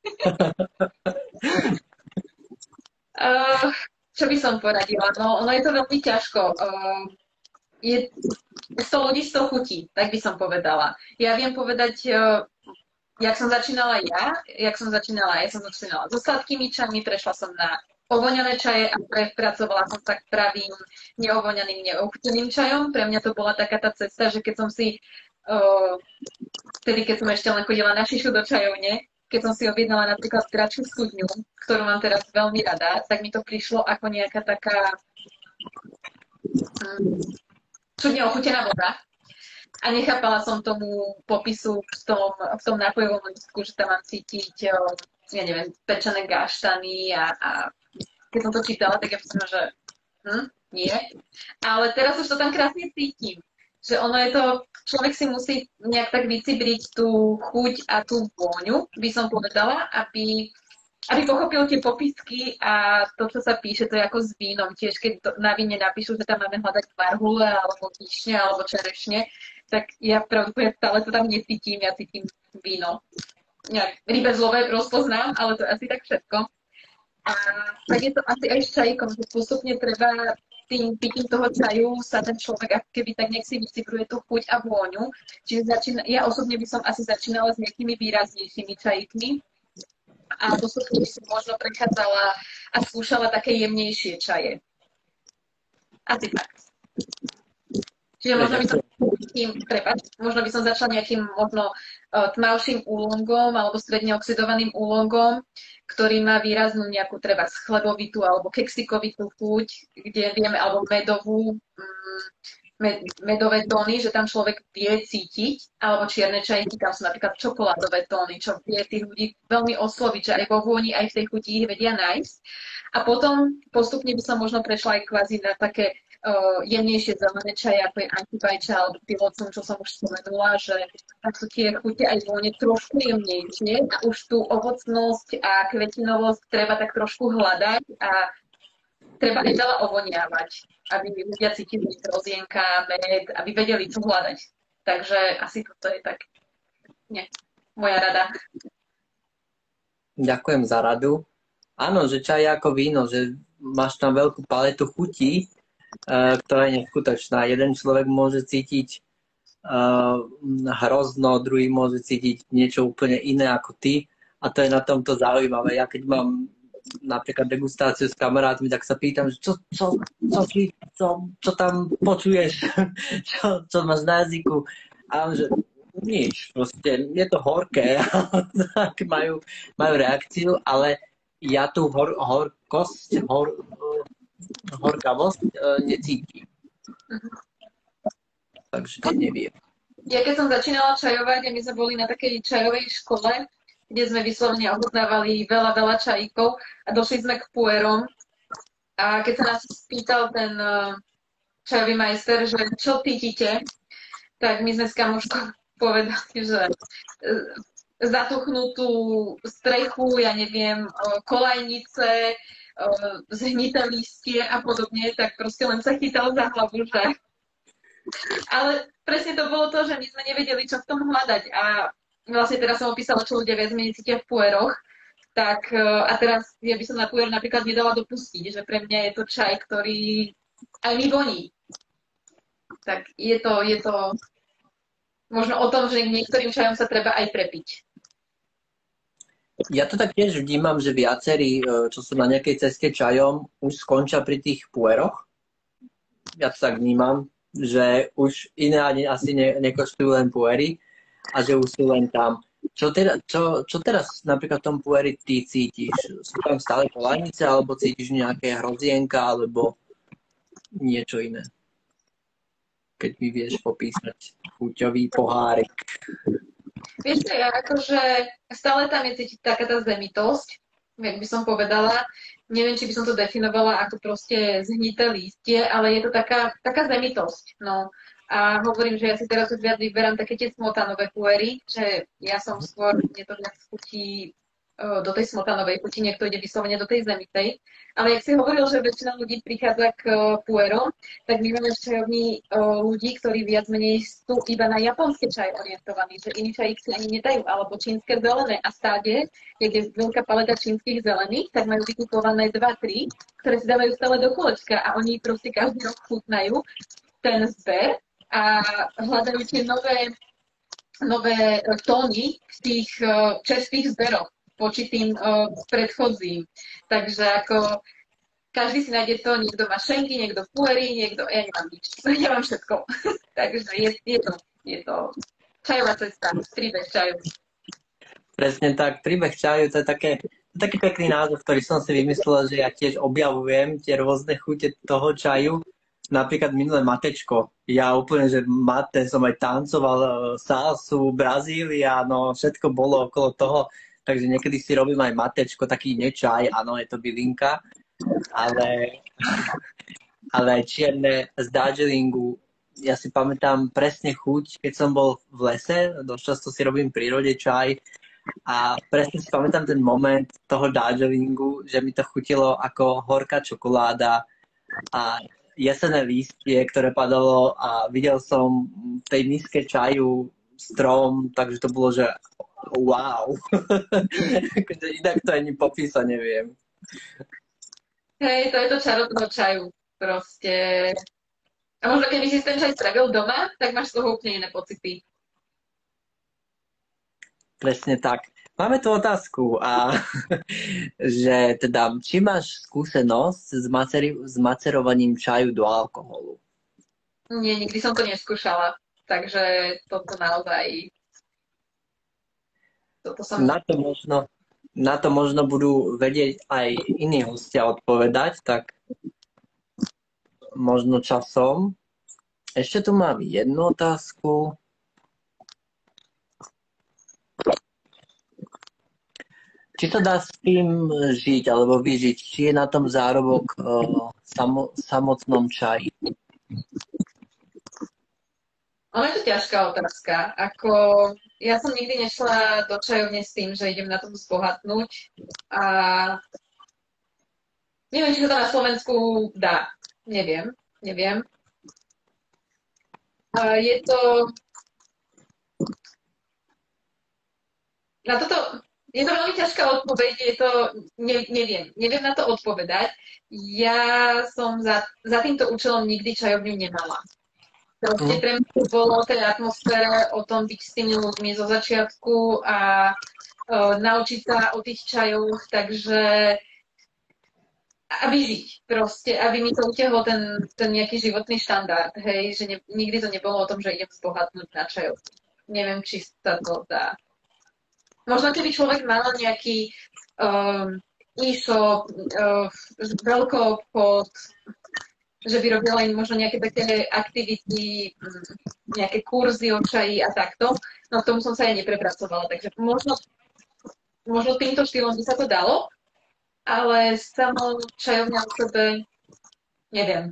uh, čo by som poradila? No, ono je to veľmi ťažko. Uh, je sto ľudí, sto chutí, tak by som povedala. Ja viem povedať, uh, jak som začínala ja, jak som začínala, ja som začínala so sladkými čajmi, prešla som na ovoňané čaje a pracovala som tak pravým neovoňaným, neochuteným čajom. Pre mňa to bola taká tá cesta, že keď som si, uh, vtedy keď som ešte len chodila na šišu do čajovne, keď som si objednala napríklad kratšiu studňu, ktorú mám teraz veľmi rada, tak mi to prišlo ako nejaká taká um, čudne ochutená voda. A nechápala som tomu popisu v tom, v tom nápojovom listku, že tam mám cítiť, uh, ja neviem, pečené gaštany a, a keď som to čítala, tak ja som, že hm, nie. Ale teraz už to tam krásne cítim. Že ono je to, človek si musí nejak tak vycibriť tú chuť a tú vôňu, by som povedala, aby, aby pochopil tie popisky a to, čo sa píše, to je ako s vínom. Tiež keď to, na víne napíšu, že tam máme hľadať marhule alebo višne alebo čerešne, tak ja pravdepodobne stále to tam necítim, ja cítim víno. Nejak rybezlové rozpoznám, ale to je asi tak všetko. A tak je to asi aj s čajíkom, že postupne treba tým pitím toho čaju sa ten človek ako keby tak nech si vycibruje tú chuť a vôňu. Čiže začína, ja osobne by som asi začínala s nejakými výraznejšími čajíkmi a postupne by som možno prechádzala a skúšala také jemnejšie čaje. Asi tak. Čiže možno by som tým, prepáč, možno by som začala nejakým možno uh, tmavším úlongom alebo stredne oxidovaným úlongom, ktorý má výraznú nejakú treba chlebovitú alebo keksikovitú chuť, kde vieme, alebo medovú, mm, med, medové tóny, že tam človek vie cítiť, alebo čierne čajky, tam sú napríklad čokoládové tóny, čo vie tých ľudí veľmi osloviť, že aj vo vôni, aj v tej chuti ich vedia nájsť. A potom postupne by som možno prešla aj kvázi na také Uh, jemnejšie zelené čaje, ako je antibajča alebo pilocum, čo som už spomenula, že tam sú tie chute aj vône trošku jemnejšie a už tú ovocnosť a kvetinovosť treba tak trošku hľadať a treba aj veľa ovoniavať, aby ľudia cítili rozienka, med, aby vedeli, čo hľadať. Takže asi toto je tak, nie, moja rada. Ďakujem za radu. Áno, že čaj je ako víno, že máš tam veľkú paletu chutí, ktorá je neskutočná. Jeden človek môže cítiť uh, hrozno, druhý môže cítiť niečo úplne iné ako ty a to je na tomto zaujímavé. Ja keď mám napríklad degustáciu s kamarátmi, tak sa pýtam, že čo, čo, čo, čo, čo tam počuješ, čo, čo máš na jazyku a on, že nič, proste je to horké, tak majú, majú reakciu, ale ja tú hor, horkosť, hor, horkavosť uh, necítim. Takže neviem. Ja keď som začínala čajovať, a my sme boli na takej čajovej škole, kde sme vyslovene ochutnávali veľa, veľa čajíkov a došli sme k puerom. A keď sa nás spýtal ten uh, čajový majster, že čo cítite, tak my sme s kamoškou povedali, že uh, zatuchnutú strechu, ja neviem, uh, kolajnice, zhnité lístie a podobne, tak proste len sa chytal za hlavu, že... Ale presne to bolo to, že my sme nevedeli, čo v tom hľadať a vlastne teraz som opísala, čo ľudia viac menej cítia v pueroch, tak a teraz ja by som na puer napríklad nedala dopustiť, že pre mňa je to čaj, ktorý aj mi voní. Tak je to, je to možno o tom, že niektorým čajom sa treba aj prepiť. Ja to tak tiež vnímam, že viacerí, čo sú na nejakej ceste čajom, už skončia pri tých pueroch. Ja to tak vnímam, že už iné ani asi ne, nekoštujú len puery a že už sú len tam. Čo, teda, čo, čo teraz napríklad v tom pueri ty cítiš? Sú tam stále kolajnice, alebo cítiš nejaké hrozienka, alebo niečo iné? Keď mi vieš popísať chuťový pohárik. Vieš, ja akože stále tam je cítiť taká tá zemitosť, jak by som povedala. Neviem, či by som to definovala ako proste zhnité lístie, ale je to taká, taká zemitosť. No. A hovorím, že ja si teraz už viac vyberám také tie smotanové puery, že ja som skôr, mne to viac chutí do tej smotanovej chuti, niekto ide vyslovene do tej zemitej. Ale jak si hovoril, že väčšina ľudí prichádza k puerom, tak my máme v čajovni ľudí, ktorí viac menej sú iba na japonské čaj orientovaní, že iní čajík si ani nedajú, alebo čínske zelené. A stáde, keď je veľká paleta čínskych zelených, tak majú vykupované dva tri, ktoré si dávajú stále do kolečka a oni proste každý rok chutnajú ten zber a hľadajú tie nové, nové tóny v tých čerstvých zberoch voči tým uh, predchodzím. Takže ako každý si nájde to, niekto má šenky, niekto puery, niekto, ja nemám nič, ja mám všetko. Takže je, je to, je to čajová cesta, príbeh čaju. Presne tak, príbeh čaju, to je také, to je taký pekný názov, ktorý som si vymyslel, že ja tiež objavujem tie rôzne chute toho čaju. Napríklad minulé matečko. Ja úplne, že mate, som aj tancoval salsu, Brazília, no všetko bolo okolo toho. Takže niekedy si robím aj matečko, taký nečaj, áno, je to bylinka, ale, ale aj čierne z Darjeelingu. Ja si pamätám presne chuť, keď som bol v lese, dosť často si robím v prírode čaj a presne si pamätám ten moment toho Darjeelingu, že mi to chutilo ako horká čokoláda a jesenné lístie, ktoré padalo a videl som v tej miske čaju strom, takže to bolo, že wow. Inak to ani popísať neviem. Hej, to je to čaro toho čaju. Proste. A možno keby si ten čaj spravil doma, tak máš z toho úplne iné pocity. Presne tak. Máme tu otázku, a, že teda, či máš skúsenosť s, maceri- s macerovaním čaju do alkoholu? Nie, nikdy som to neskúšala. Takže toto naozaj... Toto som... Na to možno, na to možno budú vedieť aj iní hostia odpovedať, tak možno časom. Ešte tu mám jednu otázku. Či sa dá s tým žiť alebo vyžiť? Či je na tom zárobok uh, samo, samotnom čaji? Ono je to ťažká otázka. Ako, ja som nikdy nešla do čajovne s tým, že idem na tom zbohatnúť. A neviem, či sa to na Slovensku dá. Neviem, neviem. A je to... Na toto... Je to veľmi ťažká odpoveď, je to... Ne, neviem, neviem na to odpovedať. Ja som za, za týmto účelom nikdy čajovňu nemala. Proste pre mňa bolo tej atmosfére o tom byť s tými ľuďmi zo začiatku a uh, naučiť sa o tých čajoch, takže aby žiť proste, aby mi to utiahlo ten, ten nejaký životný štandard, hej, že ne, nikdy to nebolo o tom, že idem zbohatnúť na čajov. Neviem, či sa to dá. Možno keby človek mal nejaký um, e-shop, uh, veľkoobchod, že by robila im možno nejaké také aktivity, nejaké kurzy o čaji a takto. No k tomu som sa aj neprepracovala, takže možno, možno týmto štýlom by sa to dalo, ale samou čajovňa o sebe neviem.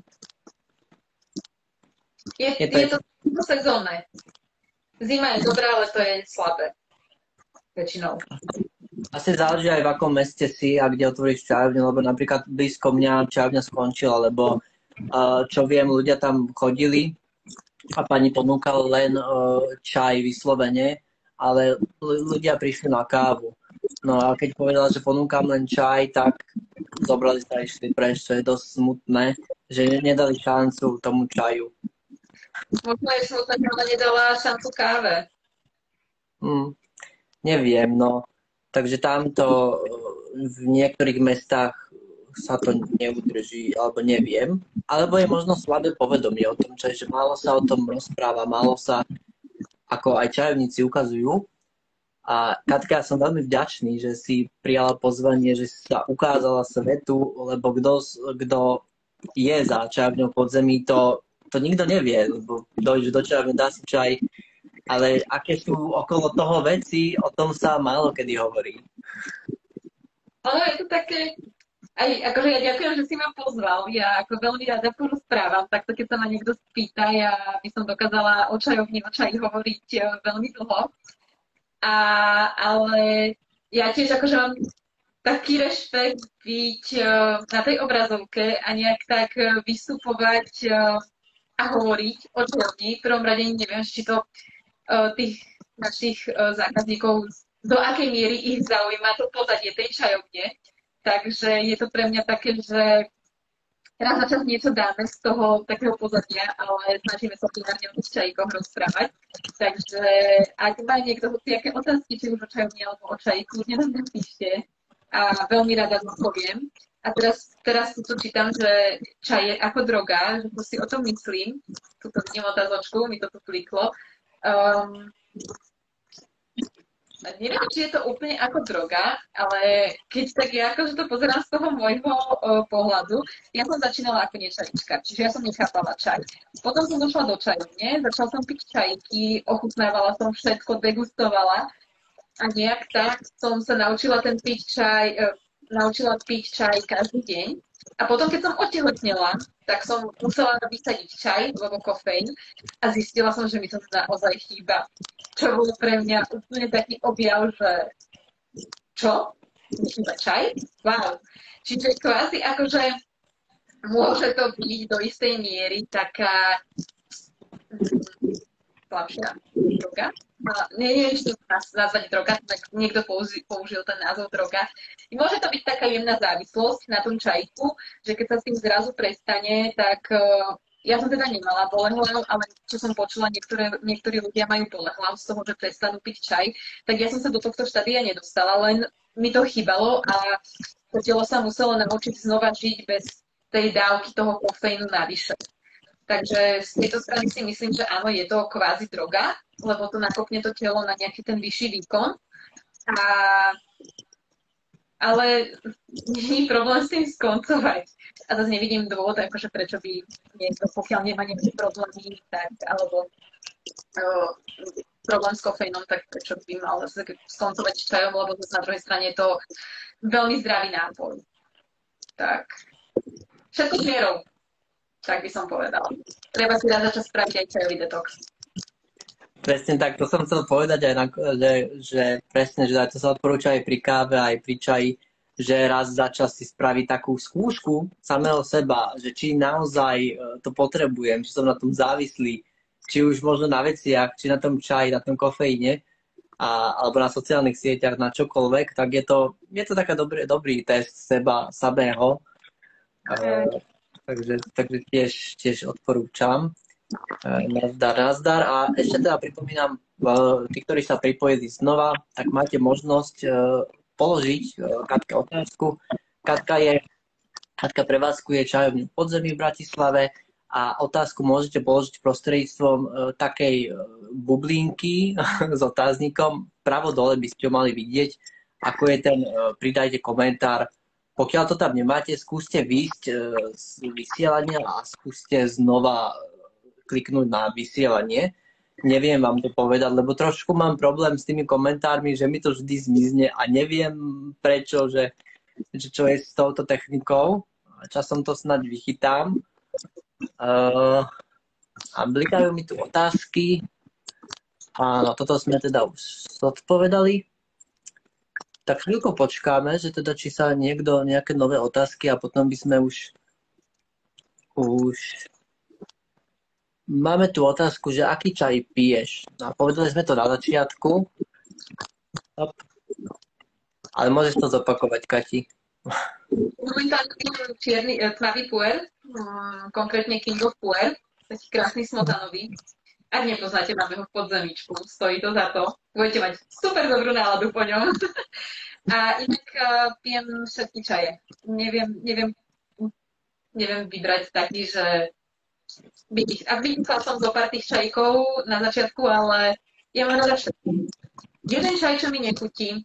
Je, je to, je to, to sezónne. Zima je dobrá, ale to je slabé. Väčšinou. Asi záleží aj v akom meste si a kde otvoríš čajovňu, lebo napríklad blízko mňa čajovňa skončila, lebo čo viem, ľudia tam chodili a pani ponúkala len čaj vyslovene, ale ľudia prišli na kávu. No a keď povedala, že ponúkam len čaj, tak zobrali sa a išli preč, čo je dosť smutné, že nedali šancu tomu čaju. Možno je smutné, že ona nedala šancu káve. Hmm, neviem, no. Takže tamto v niektorých mestách sa to neudrží, alebo neviem. Alebo je možno slabé povedomie o tom, čo je, že málo sa o tom rozpráva, málo sa, ako aj čajovníci ukazujú. A Katka, ja som veľmi vďačný, že si prijala pozvanie, že si sa ukázala svetu, lebo kto, kto je za čajovňou podzemí, to, to nikto nevie, lebo dojdeš do čajovne, dá si čaj, ale aké sú okolo toho veci, o tom sa málo kedy hovorí. Ono je to také... Aj, akože ja ďakujem, že si ma pozval. Ja ako veľmi rada porozprávam, takto keď sa ma niekto spýta, ja by som dokázala o čajovni, o čaji hovoriť veľmi dlho. A, ale ja tiež akože mám taký rešpekt byť uh, na tej obrazovke a nejak tak uh, vystupovať uh, a hovoriť o čajovni. V prvom rade neviem, či to uh, tých našich uh, zákazníkov, do akej miery ich zaujíma to pozadie tej čajovne. Takže je to pre mňa také, že raz za čas niečo dáme z toho takého pozadia, ale snažíme sa primárne o tých čajíkoch rozprávať. Takže ak má niekto hociaké otázky, či už o čajovni alebo o čaji, kľudne nám napíšte a veľmi rada odpoviem. A teraz, teraz tu čítam, že čaj je ako droga, že to si o tom myslím. Tuto vidím otázočku, mi to tu kliklo. Um, Neviem, či je to úplne ako droga, ale keď tak ja akože to pozerám z toho môjho uh, pohľadu, ja som začínala ako nečajička, čiže ja som nechápala čaj. Potom som došla do čajovne, začala som piť čajky, ochutnávala som všetko, degustovala a nejak tak som sa naučila ten piť čaj, uh, naučila piť čaj každý deň. A potom, keď som otehotnela, tak som musela vysadiť čaj, lebo kofeín, a zistila som, že mi to naozaj chýba. Čo bolo pre mňa úplne taký objav, že čo? Mi chýba čaj? Wow. Čiže kvázi akože môže to byť do istej miery taká slabšia droga. Nie, neviem, či to nazvať droga, tak niekto použil, použil ten názov droga. Môže to byť taká jemná závislosť na tom čajku, že keď sa s tým zrazu prestane, tak uh, ja som teda nemala polehlav, ale čo som počula, niektoré, niektorí ľudia majú polehlav z toho, že prestanú piť čaj, tak ja som sa do tohto štádia nedostala, len mi to chýbalo a to telo sa muselo naučiť znova žiť bez tej dávky toho kofeínu navyše. Takže z tejto strany si myslím, že áno, je to kvázi droga, lebo to nakopne to telo na nejaký ten vyšší výkon. A... Ale nie je problém s tým skoncovať. A zase nevidím dôvod, akože prečo by niekto, pokiaľ nemá nejaké problémy, tak, alebo uh, problém s kofeínom, tak prečo by mal skoncovať s čajom, lebo zase na druhej strane je to veľmi zdravý nápoj. Tak, všetko s mierou. Tak by som povedala. Treba si raz za čas spraviť aj čajový detox. Presne tak, to som chcel povedať aj, na, že, že presne, že to sa odporúča aj pri káve, aj pri čaji, že raz za čas si spraviť takú skúšku samého seba, že či naozaj to potrebujem, či som na tom závislý, či už možno na veciach, či na tom čaji, na tom kofeíne, a, alebo na sociálnych sieťach, na čokoľvek, tak je to, je to taká dobrý, dobrý test seba samého. Okay. Uh, Takže, takže tiež, tiež odporúčam. Nazdar, nazdar. A ešte teda pripomínam, tí, ktorí sa pripojili znova, tak máte možnosť položiť Katke otázku. Katka je, Katka prevádzkuje čajovňu v podzemí v Bratislave a otázku môžete položiť prostredníctvom takej bublinky s otáznikom. Pravo dole by ste ho mali vidieť, ako je ten, pridajte komentár. Pokiaľ to tam nemáte, skúste výjsť z vysielania a skúste znova kliknúť na vysielanie. Neviem vám to povedať, lebo trošku mám problém s tými komentármi, že mi to vždy zmizne a neviem prečo, že, že čo je s touto technikou. Časom to snad vychytám. Uh, a blikajú mi tu otázky. Áno, toto sme teda už odpovedali. Tak chvíľko počkáme, že teda či sa niekto, nejaké nové otázky a potom by sme už už máme tu otázku, že aký čaj piješ. No, povedali sme to na začiatku. Ale môžeš to zopakovať, Kati. Momentálne čierny, tmavý puer, konkrétne King of Puer, taký krásny smotanový. Ak nepoznáte, máme ho v podzemíčku, stojí to za to. Budete mať super dobrú náladu po ňom. A inak uh, pijem všetky čaje. Neviem, neviem, neviem vybrať taký, že a vypísala som zo pár tých čajkov na začiatku, ale ja mám rada všetky. Jeden čaj, čo mi nechutí,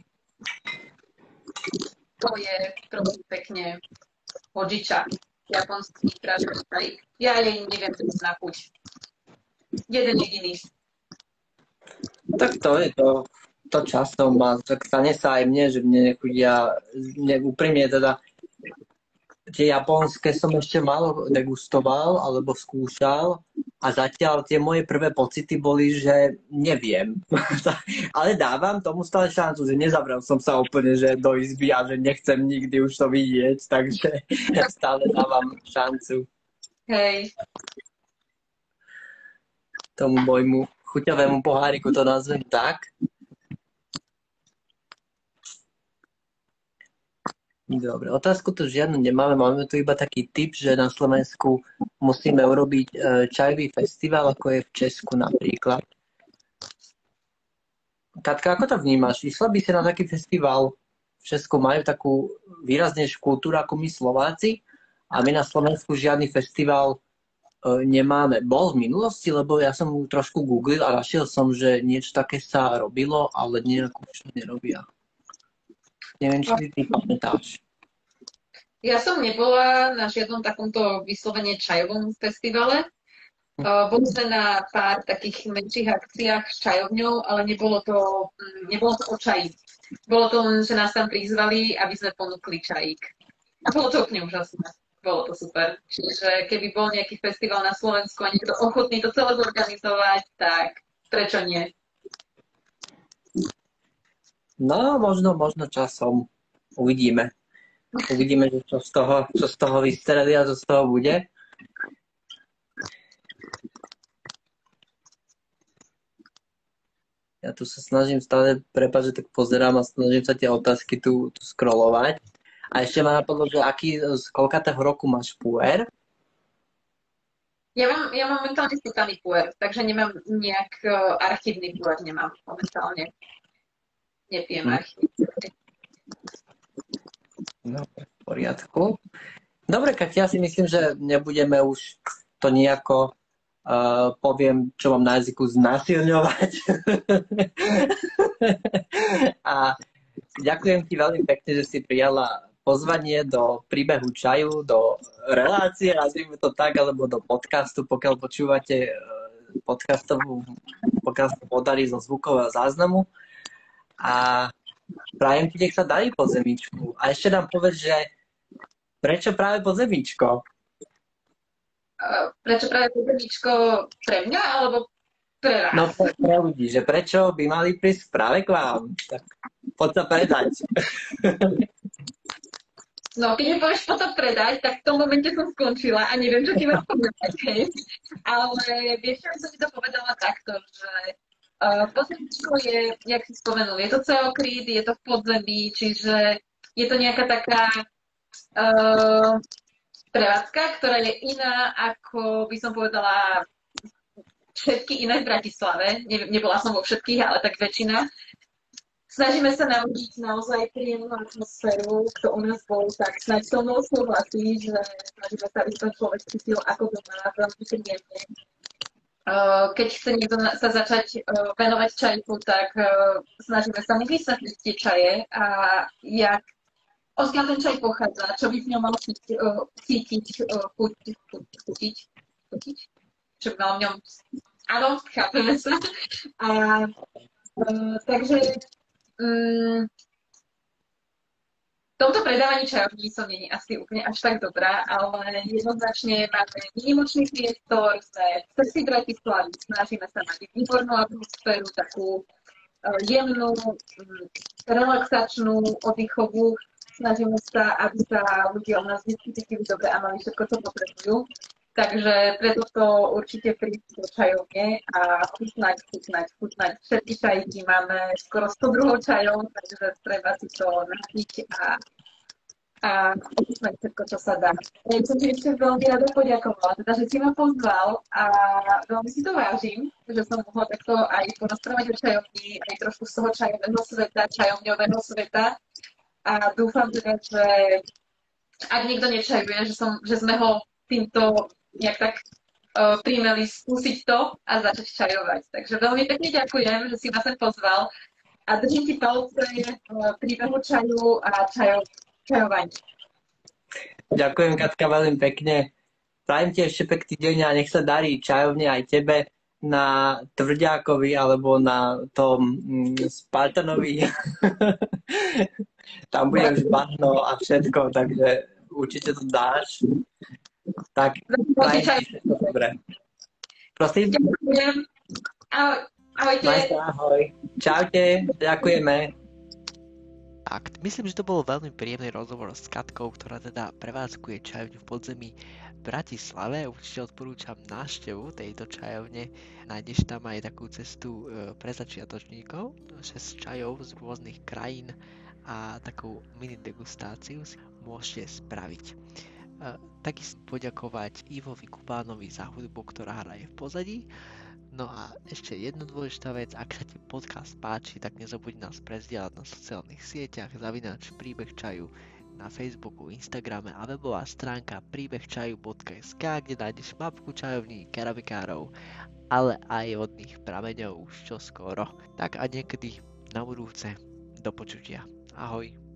to je prosím pekne hojiča, japonský práškový čaj. Ja jej neviem na chuť. Jeden jediný. Tak to je to, to často má, tak stane sa aj mne, že mne nechudia, ne, úprimne teda, tie japonské som ešte málo degustoval alebo skúšal a zatiaľ tie moje prvé pocity boli, že neviem. Ale dávam tomu stále šancu, že nezavrel som sa úplne že do izby a že nechcem nikdy už to vidieť, takže stále dávam šancu. Hej. Tomu môjmu chuťovému poháriku to nazvem tak. Dobre, otázku tu žiadnu nemáme, máme tu iba taký tip, že na Slovensku musíme urobiť čajový festival, ako je v Česku napríklad. Katka, ako to vnímaš? Išla by si na taký festival? V Česku majú takú výraznejšiu kultúru ako my Slováci a my na Slovensku žiadny festival nemáme. Bol v minulosti, lebo ja som trošku googlil a našiel som, že niečo také sa robilo, ale nejako už to nerobia. Neviem, či ty pamätáš. Ja som nebola na žiadnom takomto vyslovene čajovom festivale. Uh, boli sme na pár takých menších akciách s čajovňou, ale nebolo to, nebolo to o čaji. Bolo to len, že nás tam prizvali, aby sme ponúkli čajík. A bolo to úplne úžasné. Bolo to super. Čiže keby bol nejaký festival na Slovensku a niekto ochotný to celé zorganizovať, tak prečo nie? No, možno, možno časom. Uvidíme. Uvidíme, že čo z toho, čo z toho vystrelí a čo z toho bude. Ja tu sa snažím stále, prepáč, že tak pozerám a snažím sa tie otázky tu, tu scrollovať. A ešte ma napadlo, že aký, z koľkátého roku máš puer? Ja mám, ja mám momentálne spýtaný puer, takže nemám nejak uh, archívny puer, nemám momentálne. Nepijem archív. No, v poriadku. Dobre, Katia, ja si myslím, že nebudeme už to nejako uh, poviem, čo mám na jazyku, znásilňovať. A ďakujem ti veľmi pekne, že si prijala pozvanie do príbehu čaju, do relácie, nazvime to tak, alebo do podcastu, pokiaľ počúvate podcastovú, pokiaľ sa podarí zo zvukového záznamu. A prajem ti, nech sa darí podzemíčku. A ešte nám povedz, že prečo práve podzemíčko? Uh, prečo práve podzemíčko pre mňa, alebo pre vás? No pre, pre ľudí, že prečo by mali prísť práve k vám? Tak poď sa predať. No, keď mi povieš potom predať, tak v tom momente som skončila a neviem, čo ti mám povedať, hej. Ale vieš, čo som ti to povedala takto, že Uh, podzemíčko je, jak si spomenul, je to ceokrít, je to v podzemí, čiže je to nejaká taká uh, prevádzka, ktorá je iná ako by som povedala všetky iné v Bratislave. Ne, nebola som vo všetkých, ale tak väčšina. Snažíme sa naučiť naozaj príjemnú atmosféru, kto u nás bol, tak snáď so mnou súhlasí, že snažíme sa, aby ten človek cítil ako doma, veľmi príjemne. Keď chce niekto sa začať venovať čajku, tak snažíme sa mu vysvetliť tie čaje a jak, odkiaľ ten čaj pochádza, čo by v ňom malo cítiť, chutiť, chutiť, chutiť, čo by malo v ňom, áno, chápeme sa. A, takže um, v tomto predávaní čajovní som není asi úplne až tak dobrá, ale jednoznačne máme výnimočný priestor, sme v srdci Bratislavy, snažíme sa mať výbornú atmosféru, takú jemnú, relaxačnú, oddychovú. Snažíme sa, aby sa ľudia u nás vždy cítili dobre a mali všetko, čo potrebujú. Takže preto to určite prísť do čajovne a chutnať, chutnať, chutnať. Všetky čajky máme skoro sto druhov čajov, takže treba si to napiť a, a chutnať všetko, čo sa dá. Ja som ti ešte veľmi rada poďakovala, teda, že si ma pozval a veľmi si to vážim, že som mohla takto aj porozprávať o čajovni, aj trošku z toho čajového sveta, čajovňového sveta. A dúfam teda, že ak niekto nečajuje, že, som, že sme ho týmto nejak tak uh, príjmeli skúsiť to a začať čajovať. Takže veľmi pekne ďakujem, že si ma sem pozval a držím ti palce uh, príbehu čaju a čajov, čajovania. Ďakujem, Katka, veľmi pekne. Prajem ti ešte pekný deň a nech sa darí čajovne aj tebe na Tvrďákovi alebo na tom mm, Spartanovi. Tam bude už bahno a všetko, takže určite to dáš. Tak, Veľmi prajem potešaj. ti všetko dobré. Prosím? Ďakujem. Ahoj. Ahojte. Maj sa, ahoj. Čaute, ďakujeme. Tak, myslím, že to bol veľmi príjemný rozhovor s Katkou, ktorá teda prevádzkuje čajovňu v podzemí v Bratislave. Určite odporúčam návštevu tejto čajovne. Nájdeš tam aj takú cestu e, pre začiatočníkov, šesť čajov z rôznych krajín a takú mini degustáciu si môžete spraviť. E, takisto poďakovať Ivovi Kubánovi za hudbu, ktorá hraje v pozadí. No a ešte jedna dôležitá vec, ak sa ti podcast páči, tak nezabudni nás prezdieľať na sociálnych sieťach, zavináč príbeh čaju na Facebooku, Instagrame a webová stránka príbehčaju bodka es ká, kde nájdeš mapku čajovní, keramikárov, ale aj od nich prameňov už čoskoro. Tak a niekedy na budúce, do počutia. Ahoj.